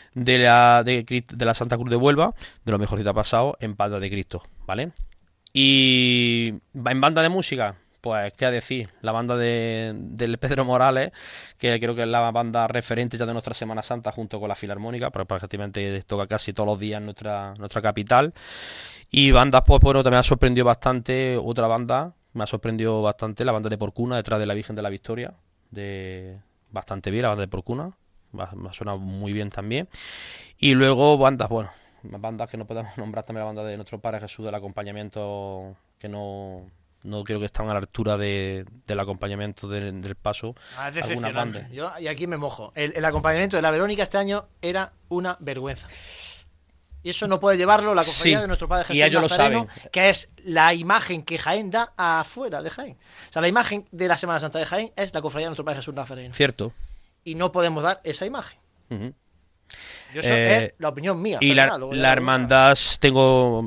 la Santa Cruz de Huelva, de lo mejorcito ha pasado en banda de Cristo, ¿vale? Y en banda de música, pues qué decir, la banda del Pedro Morales, que creo que es la banda referente ya de nuestra Semana Santa junto con la Filarmónica, pero prácticamente toca casi todos los días en nuestra capital. Y bandas, pues bueno, también me ha sorprendido bastante, otra banda, me ha sorprendido bastante la banda de Porcuna, detrás de la Virgen de la Victoria, bastante bien la banda de Porcuna, me ha sonado muy bien también. Y luego bandas, bueno, bandas que no podemos nombrar, también la banda de nuestro Padre Jesús del acompañamiento, que no creo que están a la altura del acompañamiento del paso. Es algunas bandas. Y aquí me mojo. El acompañamiento de la Verónica este año era una vergüenza. Y eso no puede llevarlo la cofradía de nuestro Padre Jesús y ellos Nazareno, lo saben. que es la imagen que Jaén da afuera de Jaén. O sea, la imagen de la Semana Santa de Jaén es la cofradía de nuestro Padre Jesús Nazareno. Cierto. Y no podemos dar esa imagen. Uh-huh. Yo eso es la opinión mía. Y la hermandad tengo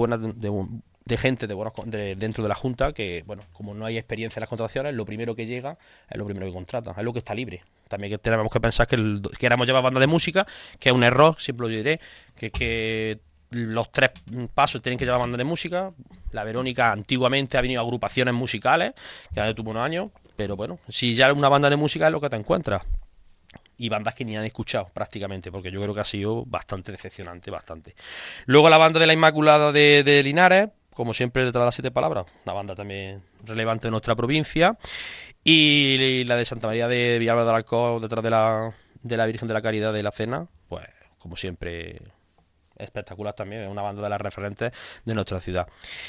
de gente dentro de la Junta que, bueno, como no hay experiencia en las contrataciones, lo primero que llega es lo primero que contratan, es lo que está libre. También tenemos que pensar que queramos llevar banda de música, que es un error, siempre lo diré, que los 3 pasos tienen que llevar banda de música. La Verónica antiguamente ha venido a agrupaciones musicales, que ya tuvo unos años, pero bueno, si ya una banda de música es lo que te encuentras. Y bandas que ni han escuchado prácticamente, porque yo creo que ha sido bastante decepcionante, bastante. Luego la banda de la Inmaculada de Linares, como siempre, detrás de las 7 palabras, una banda también relevante en nuestra provincia. Y la de Santa María de Villalba del Alcor, detrás de la Virgen de la Caridad de la Cena, pues como siempre, espectacular también, es una banda de las referentes de nuestra ciudad.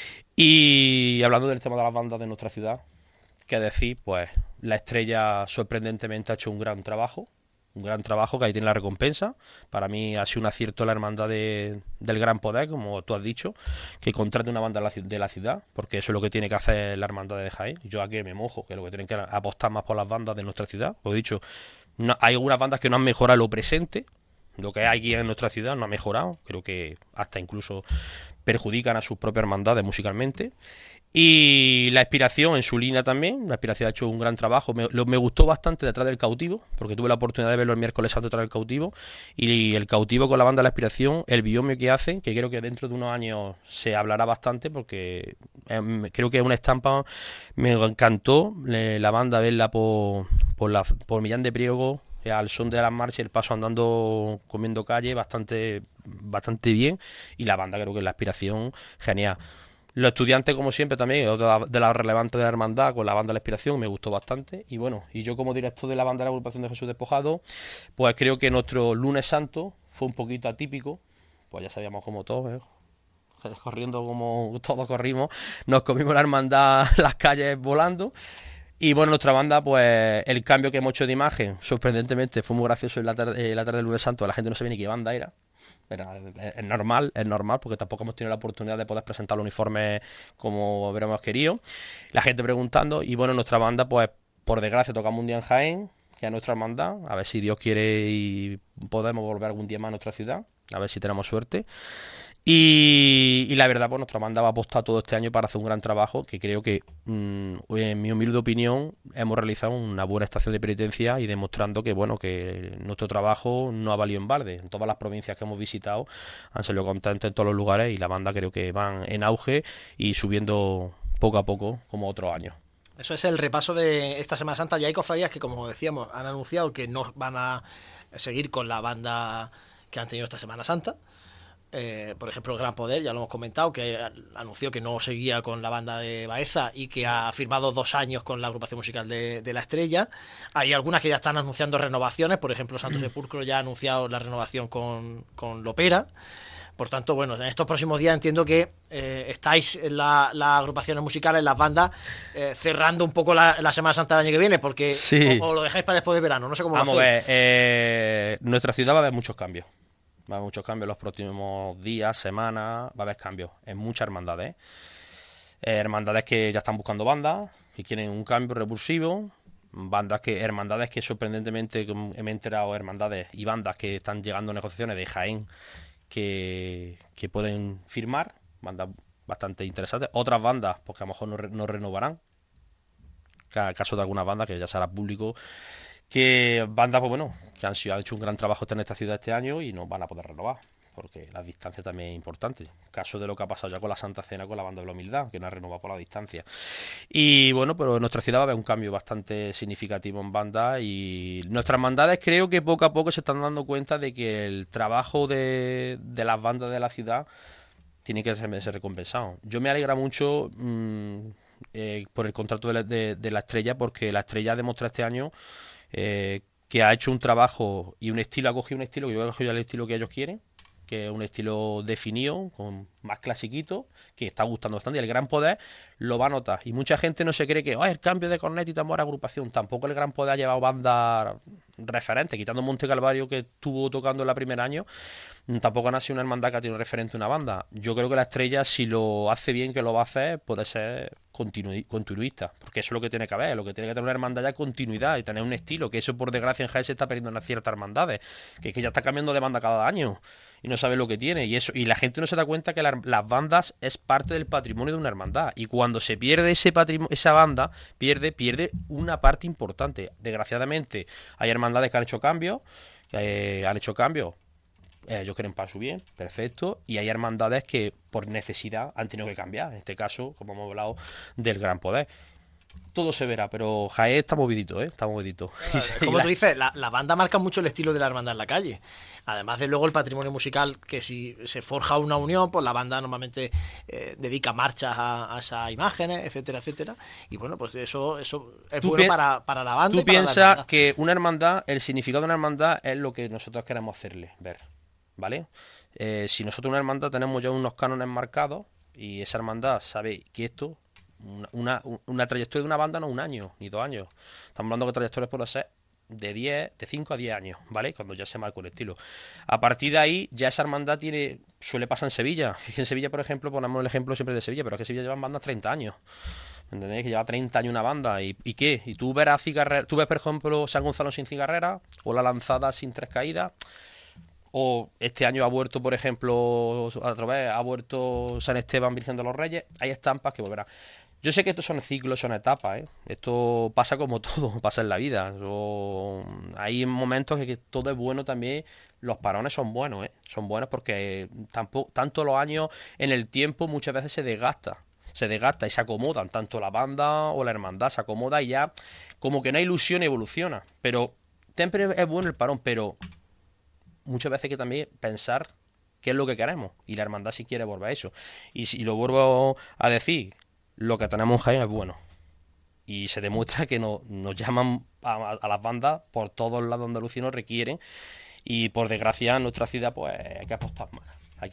Y hablando del tema de las bandas de nuestra ciudad, qué decir, pues la Estrella sorprendentemente ha hecho un gran trabajo, que ahí tiene la recompensa. Para mí ha sido un acierto la hermandad del Gran Poder, como tú has dicho, que contrate una banda de la ciudad, porque eso es lo que tiene que hacer la hermandad de Jaén. Yo aquí me mojo, que es lo que tienen que apostar más por las bandas de nuestra ciudad. Como he dicho, hay algunas bandas que no han mejorado lo presente, lo que hay aquí en nuestra ciudad no ha mejorado, creo que hasta incluso perjudican a sus propias hermandades musicalmente. Y la Inspiración en su línea también, la Inspiración ha hecho un gran trabajo, me gustó bastante Detrás del Cautivo, porque tuve la oportunidad de verlo el miércoles santo Detrás del Cautivo, y el Cautivo con la banda de la Inspiración, el biomio que hace, que creo que dentro de unos años se hablará bastante, porque creo que es una estampa, me encantó la banda, verla por Millán de Priego, al son de las marchas, el paso andando, comiendo calle, bastante bien, y la banda creo que es la Inspiración, genial. Los estudiantes, como siempre, también, otra de las relevantes de la hermandad, con la banda de la Inspiración, me gustó bastante. Y bueno, y yo como director de la banda de la agrupación de Jesús Despojado, pues creo que nuestro lunes santo fue un poquito atípico, pues ya sabíamos como todos, corriendo como todos corrimos, nos comimos la hermandad las calles volando. Y bueno, nuestra banda, pues el cambio que hemos hecho de imagen, sorprendentemente, fue muy gracioso en la tarde del lunes santo, la gente no sabía ni qué banda era. Es normal, porque tampoco hemos tenido la oportunidad de poder presentar los uniformes como hubiéramos querido. La gente preguntando, y bueno, nuestra banda, pues por desgracia tocamos un día en Jaén, que es nuestra hermandad, a ver si Dios quiere y podemos volver algún día más a nuestra ciudad, a ver si tenemos suerte. Y la verdad, pues nuestra banda va a apostar todo este año para hacer un gran trabajo, que creo que, en mi humilde opinión, hemos realizado una buena estación de penitencia y demostrando que, bueno, que nuestro trabajo no ha valido en balde. En todas las provincias que hemos visitado han salido contentos en todos los lugares, y la banda creo que van en auge y subiendo poco a poco como otros años. Eso es el repaso de esta Semana Santa. Ya hay cofradías que, como decíamos, han anunciado que no van a seguir con la banda que han tenido esta Semana Santa. Por ejemplo, el Gran Poder, ya lo hemos comentado, que anunció que no seguía con la banda de Baeza y que ha firmado 2 años con la agrupación musical de La Estrella. Hay algunas que ya están anunciando renovaciones, por ejemplo, Santo Sepulcro ya ha anunciado la renovación con Lopera. Por tanto, bueno, en estos próximos días entiendo que estáis en las agrupaciones musicales, las bandas, cerrando un poco la Semana Santa del año que viene, porque sí. o lo dejáis para después de verano, no sé cómo Vamos lo a hacéis. ver, nuestra ciudad va a haber muchos cambios. Va a haber muchos cambios en los próximos días, semanas, va a haber cambios en muchas hermandades. Hermandades que ya están buscando bandas, que quieren un cambio revulsivo. Hermandades que sorprendentemente me he enterado, hermandades y bandas que están llegando a negociaciones de Jaén que pueden firmar, bandas bastante interesantes. Otras bandas, porque a lo mejor no renovarán. Caso de algunas bandas que ya será público, que bandas, pues bueno, que han hecho un gran trabajo en esta ciudad este año y no van a poder renovar, porque la distancia también es importante. Caso de lo que ha pasado ya con la Santa Cena, con la banda de la Humildad, que no ha renovado por la distancia. Y bueno, pero en nuestra ciudad va a haber un cambio bastante significativo en bandas, y nuestras hermandades creo que poco a poco se están dando cuenta de que el trabajo de las bandas de la ciudad tiene que ser recompensado. Yo me alegra mucho por el contrato de la Estrella, porque la Estrella ha demostrado este año que que ha hecho un trabajo y un estilo, ha cogido un estilo, que yo he cogido el estilo que ellos quieren, que es un estilo definido, con más clasiquito, que está gustando bastante, y el Gran Poder lo va a notar. Y mucha gente no se cree que el cambio de cornet y tambor agrupación. Tampoco el Gran Poder ha llevado bandas referentes, quitando Monte Calvario, que estuvo tocando el primer año, tampoco ha nacido una hermandad que ha tenido referente una banda. Yo creo que la Estrella, si lo hace bien, que lo va a hacer, puede ser continuista, porque eso es lo que tiene que haber, lo que tiene que tener una hermandad ya es continuidad y tener un estilo, que eso por desgracia en Jaén se está perdiendo en ciertas hermandades, que es que ya está cambiando de banda cada año y no sabe lo que tiene, y la gente no se da cuenta que las bandas es parte del patrimonio de una hermandad, y cuando se pierde esa banda, pierde una parte importante. Desgraciadamente hay hermandades que han hecho cambios, ellos quieren para su bien, perfecto, y hay hermandades que por necesidad han tenido que cambiar, en este caso, como hemos hablado, del Gran Poder. Todo se verá, pero Jaén está movidito, está movidito. Como tú dices, la banda marca mucho el estilo de la hermandad en la calle. Además de luego el patrimonio musical, que si se forja una unión, pues la banda normalmente dedica marchas a esas imágenes, etcétera, etcétera. Y bueno, pues eso es bueno para la banda. Tú piensas que una hermandad, el significado de una hermandad es lo que nosotros queremos hacerle ver, ¿vale? Si nosotros una hermandad tenemos ya unos cánones marcados y esa hermandad sabe que esto, una trayectoria de una banda no 1 año ni 2 años, estamos hablando que trayectorias pueden ser de 5 a 10 años, ¿vale? Cuando ya se marca el estilo. A partir de ahí, ya esa hermandad suele pasar en Sevilla. En Sevilla, por ejemplo, ponemos el ejemplo siempre de Sevilla, pero es que Sevilla llevan bandas 30 años. ¿Entendéis? Que lleva 30 años una banda. ¿Y qué? Y tú ves, por ejemplo, San Gonzalo sin cigarrera, o La Lanzada sin 3 caídas, o este año ha vuelto, por ejemplo, otra vez, ha vuelto San Esteban Virgen de los Reyes. Hay estampas que volverán. Yo sé que estos son ciclos, son etapas, Esto pasa como todo, pasa en la vida. Hay momentos en que todo es bueno también. Los parones son buenos, Son buenos porque tanto los años en el tiempo muchas veces se desgasta y se acomodan. Tanto la banda o la hermandad se acomoda y ya como que no hay ilusión y evoluciona. Pero siempre es bueno el parón, pero muchas veces hay que también pensar qué es lo que queremos. Y la hermandad si quiere volver a eso. Y si lo vuelvo a decir, lo que tenemos en Jaén es bueno. Y se demuestra que nos llaman a las bandas por todos lados de Andalucía, nos requieren. Y por desgracia en nuestra ciudad pues hay que apostar más.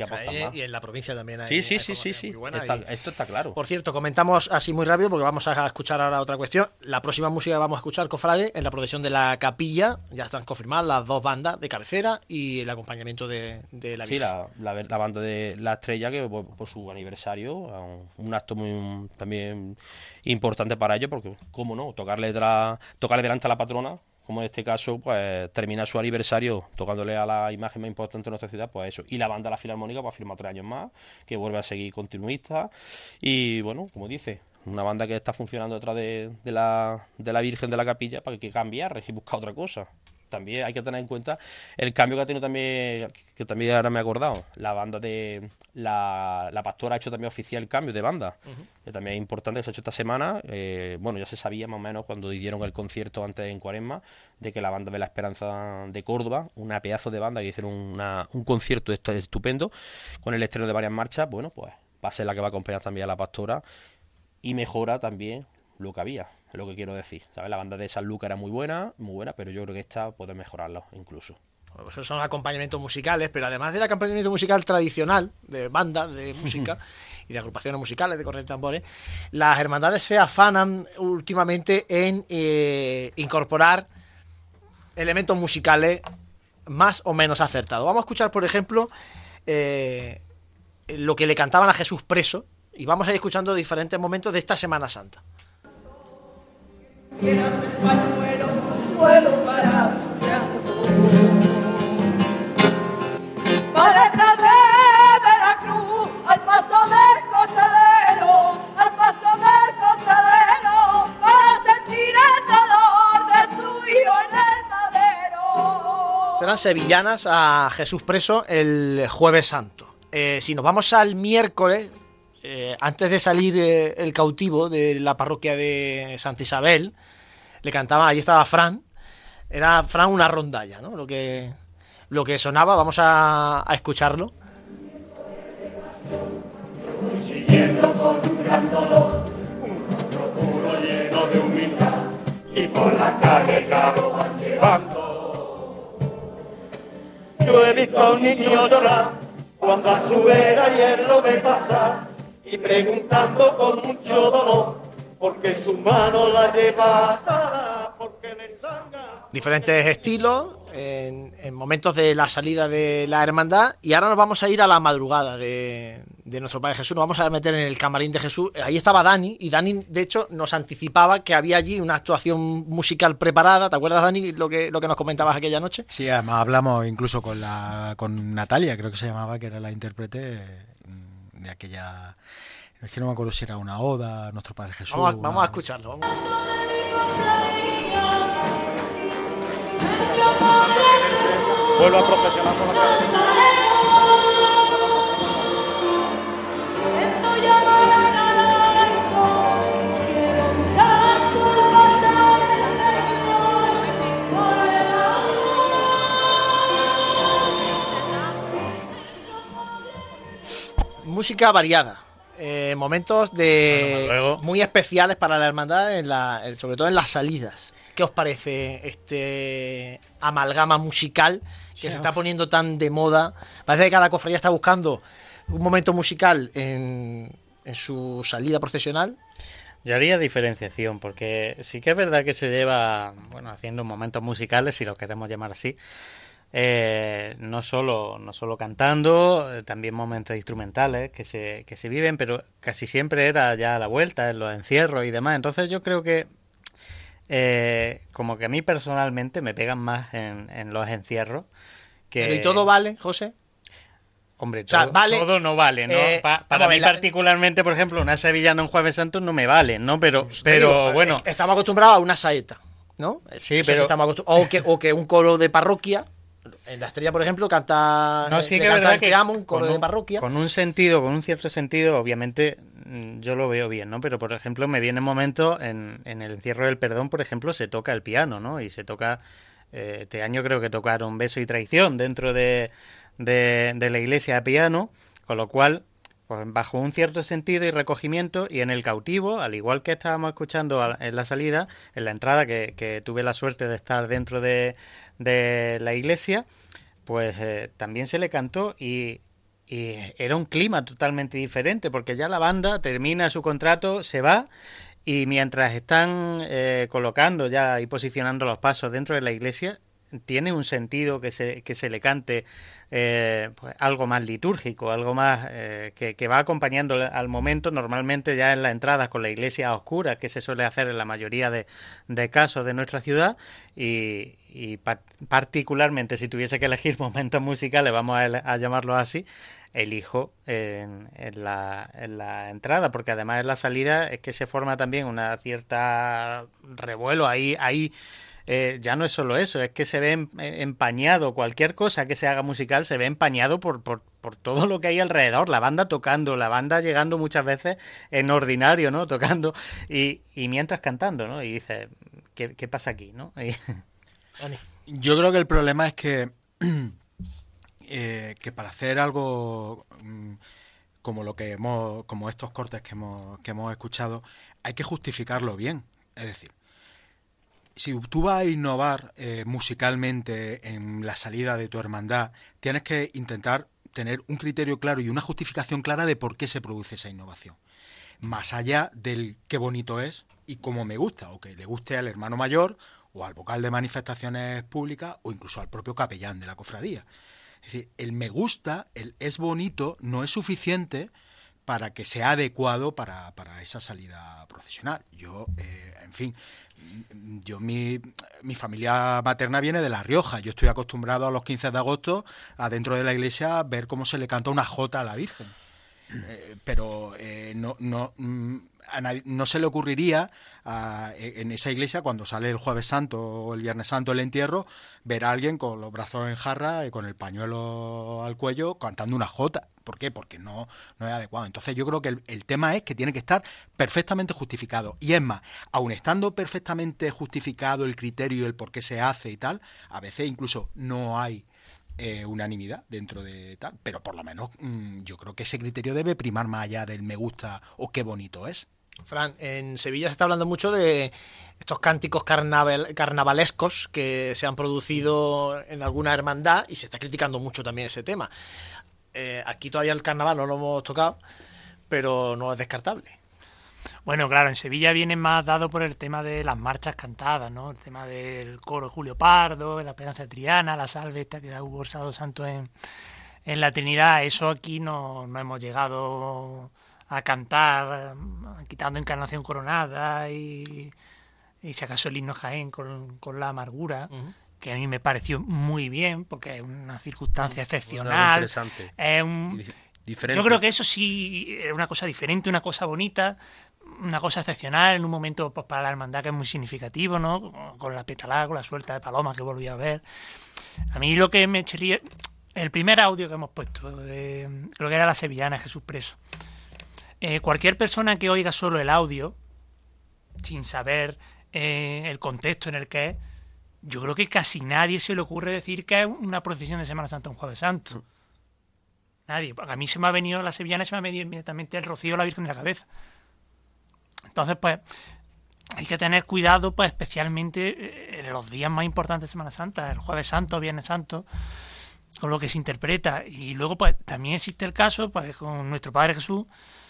Y en la provincia también hay. Sí. Esto está claro. Por cierto, comentamos así muy rápido porque vamos a escuchar ahora otra cuestión. La próxima música que vamos a escuchar, Cofrade, en la procesión de la capilla, ya están confirmadas las 2 bandas de cabecera y el acompañamiento de la Virgen. Sí, la banda de La Estrella, que por su aniversario, un acto muy también importante para ellos, porque, cómo no, tocarle delante a la patrona, como en este caso, pues termina su aniversario tocándole a la imagen más importante de nuestra ciudad, pues eso. Y la banda La Filarmónica pues firma 3 años más, que vuelve a seguir continuista. Y bueno, como dice, una banda que está funcionando detrás de la Virgen de la Capilla, para que cambiar y buscar otra cosa. También hay que tener en cuenta el cambio que ha tenido también, que también ahora me he acordado, la banda de la Pastora ha hecho también oficial el cambio de banda, que también es importante, que se ha hecho esta semana. Bueno, ya se sabía más o menos cuando dieron el concierto antes en Cuaresma, de que la banda de La Esperanza de Córdoba, una pedazo de banda que hicieron un concierto estupendo, con el estreno de varias marchas. Bueno, pues va a ser la que va a acompañar también a la Pastora y mejora también lo que había, es lo que quiero decir, ¿sabes? La banda de San Lucas era muy buena, pero yo creo que esta puede mejorarlo incluso. Bueno, pues esos son acompañamientos musicales, pero además del acompañamiento musical tradicional de bandas de música y de agrupaciones musicales de cornetas y tambores, las hermandades se afanan últimamente en incorporar elementos musicales más o menos acertados. Vamos a escuchar, por ejemplo, lo que le cantaban a Jesús preso, y vamos a ir escuchando diferentes momentos de esta Semana Santa. Quieras el pañuelo para su llanto. Va detrás de Veracruz, al paso del costalero, para sentir el dolor de su hijo en el madero. Serán sevillanas a Jesús preso el Jueves Santo. Si nos vamos al miércoles, antes de salir el cautivo de la parroquia de Santa Isabel, le cantaba, allí estaba Fran, era Fran una rondalla, ¿no? Lo que sonaba, vamos a escucharlo. Siguiendo con un gran dolor, un rostro puro lleno de humildad, y por la calle cabo van llevando yo he visto a un niño llorar cuando a su vera y él lo ve pasar y preguntando con mucho dolor porque su mano la lleva atada, porque le ensangra. Diferentes estilos en momentos de la salida de la hermandad, y ahora nos vamos a ir a la madrugada de nuestro Padre Jesús. Nos vamos a meter en el camarín de Jesús. Ahí estaba Dani, y Dani de hecho nos anticipaba que había allí una actuación musical preparada. ¿Te acuerdas, Dani, lo que nos comentabas aquella noche? Sí, además hablamos incluso con Natalia, creo que se llamaba, que era la intérprete de aquella... Es que no me acuerdo si era una oda a nuestro Padre Jesús. Vamos a escucharlo. Vuelvo a profesional con la cadena. Música variada. Momentos muy especiales para la hermandad, sobre todo en las salidas. ¿Qué os parece este amalgama musical que se está poniendo tan de moda? Parece que cada cofradía está buscando un momento musical en su salida procesional. Yo haría diferenciación, porque sí que es verdad que se lleva haciendo momentos musicales, si lo queremos llamar así. No solo cantando, también momentos instrumentales que se viven, pero casi siempre era ya a la vuelta, en los encierros y demás. Entonces yo creo que como que a mí personalmente me pegan más en los encierros. ¿Pero y todo vale, José? Hombre, vale, todo no vale, ¿no? Para mí particularmente, por ejemplo, una sevillana en Jueves Santo no me vale, ¿no? Pero bueno... Estamos acostumbrados a una saeta, ¿no? Sí, pero... O que un coro de parroquia... En la Estrella, por ejemplo, canta... No, sí que es verdad que un coro de parroquia. Con un cierto sentido, obviamente, yo lo veo bien, ¿no? Pero, por ejemplo, me viene un momento, en el encierro del perdón, por ejemplo, se toca el piano, ¿no? Y se toca... este año creo que tocaron Beso y Traición dentro de la iglesia a piano, con lo cual, pues, bajo un cierto sentido y recogimiento, y en el cautivo, al igual que estábamos escuchando en la salida, en la entrada, que tuve la suerte de estar dentro de la iglesia, pues también se le cantó y era un clima totalmente diferente, porque ya la banda termina su contrato, se va, y mientras están colocando ya y posicionando los pasos dentro de la iglesia, tiene un sentido que se le cante pues algo más litúrgico, algo más que va acompañando al momento. Normalmente ya en las entradas con la iglesia a oscuras, que se suele hacer en la mayoría de casos de nuestra ciudad, y particularmente si tuviese que elegir momentos musicales, vamos a llamarlo así, elijo en la entrada, porque además en la salida es que se forma también una cierta revuelo ahí ya no es solo eso, es que se ve empañado, cualquier cosa que se haga musical se ve empañado por todo lo que hay alrededor, la banda tocando, la banda llegando muchas veces en ordinario, ¿no? Tocando y mientras cantando, ¿no? Y dices, ¿qué pasa aquí, no? Yo creo que el problema es que para hacer algo como estos cortes que hemos escuchado, hay que justificarlo bien. Es decir, si tú vas a innovar musicalmente en la salida de tu hermandad, tienes que intentar tener un criterio claro y una justificación clara de por qué se produce esa innovación. Más allá del qué bonito es y cómo me gusta, o que le guste al hermano mayor o al vocal de manifestaciones públicas o incluso al propio capellán de la cofradía. Es decir, el me gusta, el es bonito, no es suficiente para que sea adecuado para esa salida procesional. Mi familia materna viene de La Rioja. Yo estoy acostumbrado a los 15 de agosto, adentro de la iglesia, ver cómo se le canta una jota a la Virgen. Pero no se le ocurriría en esa iglesia, cuando sale el Jueves Santo o el Viernes Santo el entierro, ver a alguien con los brazos en jarra y con el pañuelo al cuello cantando una jota. ¿Por qué? Porque no es adecuado. Entonces yo creo que el tema es que tiene que estar perfectamente justificado. Y es más, aun estando perfectamente justificado el criterio y el por qué se hace y tal, a veces incluso no hay unanimidad dentro de tal, pero por lo menos yo creo que ese criterio debe primar más allá del me gusta o qué bonito es. Fran, en Sevilla se está hablando mucho de estos cánticos carnavalescos que se han producido en alguna hermandad y se está criticando mucho también ese tema. Aquí todavía el carnaval no lo hemos tocado, pero no es descartable. Bueno, claro, en Sevilla viene más dado por el tema de las marchas cantadas, ¿no? El tema del coro de Julio Pardo, la Esperanza de Triana, la salve esta que hubo el Sábado Santo en la Trinidad. Eso aquí no hemos llegado a cantar, quitando Encarnación Coronada y si acaso el himno Jaén con la amargura, que a mí me pareció muy bien, porque es una circunstancia excepcional. Interesante. Diferente. Yo creo que eso sí es una cosa diferente, una cosa bonita, una cosa excepcional en un momento pues, para la hermandad que es muy significativo, ¿no? Con la petalada, con la suelta de paloma que volví a ver. A mí lo que me chirría, el primer audio que hemos puesto, creo que era la sevillana, Jesús Preso. Cualquier persona que oiga solo el audio, sin saber el contexto en el que es, yo creo que casi nadie se le ocurre decir que es una procesión de Semana Santa un Jueves Santo. Nadie. A mí se me ha venido la sevillana, se me ha venido inmediatamente el rocío de la Virgen de la Cabeza. Entonces, pues, hay que tener cuidado, pues, especialmente en los días más importantes de Semana Santa, el Jueves Santo, Viernes Santo, con lo que se interpreta. Y luego, pues, también existe el caso, pues, con nuestro Padre Jesús,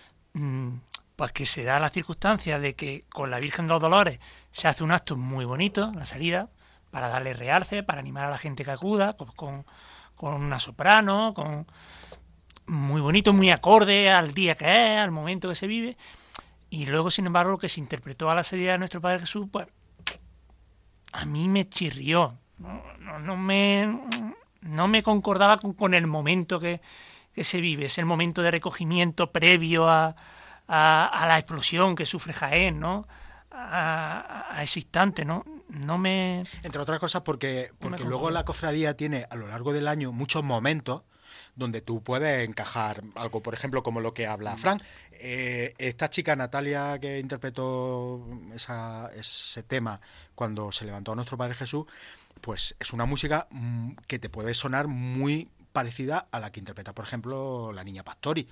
pues que se da la circunstancia de que con la Virgen de los Dolores se hace un acto muy bonito, la salida, para darle realce, para animar a la gente que acuda, pues, con una soprano, con muy bonito, muy acorde al día que es, al momento que se vive. Y luego, sin embargo, lo que se interpretó a la salida de nuestro Padre Jesús, pues a mí me chirrió. No me concordaba con el momento que se vive. Es el momento de recogimiento previo a la explosión que sufre Jaén, ¿no? A ese instante, ¿no? Entre otras cosas porque luego la cofradía tiene a lo largo del año muchos momentos donde tú puedes encajar algo, por ejemplo, como lo que habla Fran. Esta chica Natalia que interpretó ese tema cuando se levantó a nuestro Padre Jesús, pues es una música que te puede sonar muy parecida a la que interpreta, por ejemplo, la Niña Pastori.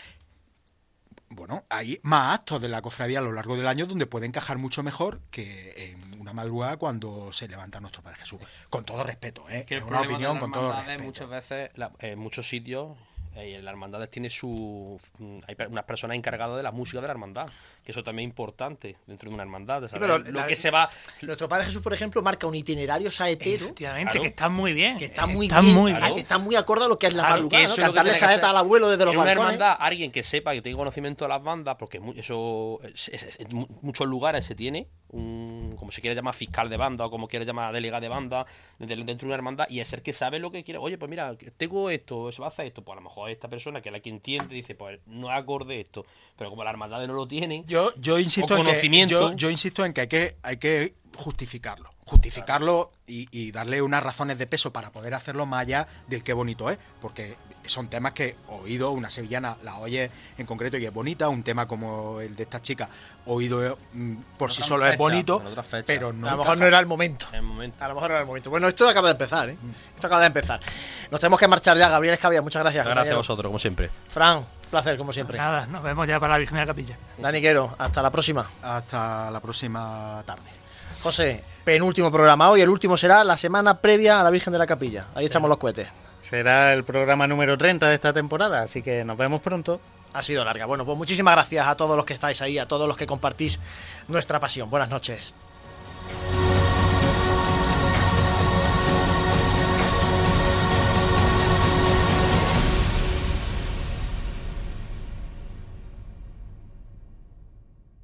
Bueno, hay más actos de la cofradía a lo largo del año donde puede encajar mucho mejor que en una madrugada cuando se levanta nuestro Padre Jesús. Con todo respeto, ¿eh? Que es una opinión con todo respeto. Muchas veces, en muchos sitios, en las hermandades hay unas personas encargadas de la música de la hermandad, que eso también es importante dentro de una hermandad. De saber que se va. Nuestro Padre Jesús, por ejemplo, marca un itinerario saetero. Efectivamente, claro. Que está muy bien. Que está muy bien. Claro. Que está muy acorde a lo que es la madrugada, ¿no? Que cantarle saeta al abuelo desde los balcones. En una hermandad, alguien que sepa, que tenga conocimiento de las bandas, porque eso en muchos lugares se tiene como se quiere llamar, fiscal de banda o como quiere llamar, delegado de banda dentro de una hermandad, y es el que sabe lo que quiere. Oye, pues mira, tengo esto, se va a hacer esto, pues a lo mejor esta persona que es la que entiende dice, pues no es acorde esto, pero como las hermandades no lo tienen, yo insisto en que hay que justificarlo y darle unas razones de peso para poder hacerlo más allá del qué bonito es, porque son temas que oído una sevillana la oye en concreto y es bonita, un tema como el de esta chica oído por sí solo es bonito, pero no, a lo mejor no era el momento. A lo mejor no era el momento. Bueno, esto acaba de empezar, ¿eh? Esto acaba de empezar. Nos tenemos que marchar ya. Gabriel Escabia, muchas gracias. Gracias a vosotros, como siempre. Fran, placer, como siempre. Nada, nos vemos ya para la Virgen de la Capilla. Dani Quero, hasta la próxima. Hasta la próxima tarde. José, penúltimo programa hoy, el último será la semana previa a la Virgen de la Capilla. Ahí echamos los cohetes. Será el programa número 30 de esta temporada, así que nos vemos pronto. Ha sido larga. Bueno, pues muchísimas gracias a todos los que estáis ahí, a todos los que compartís nuestra pasión. Buenas noches.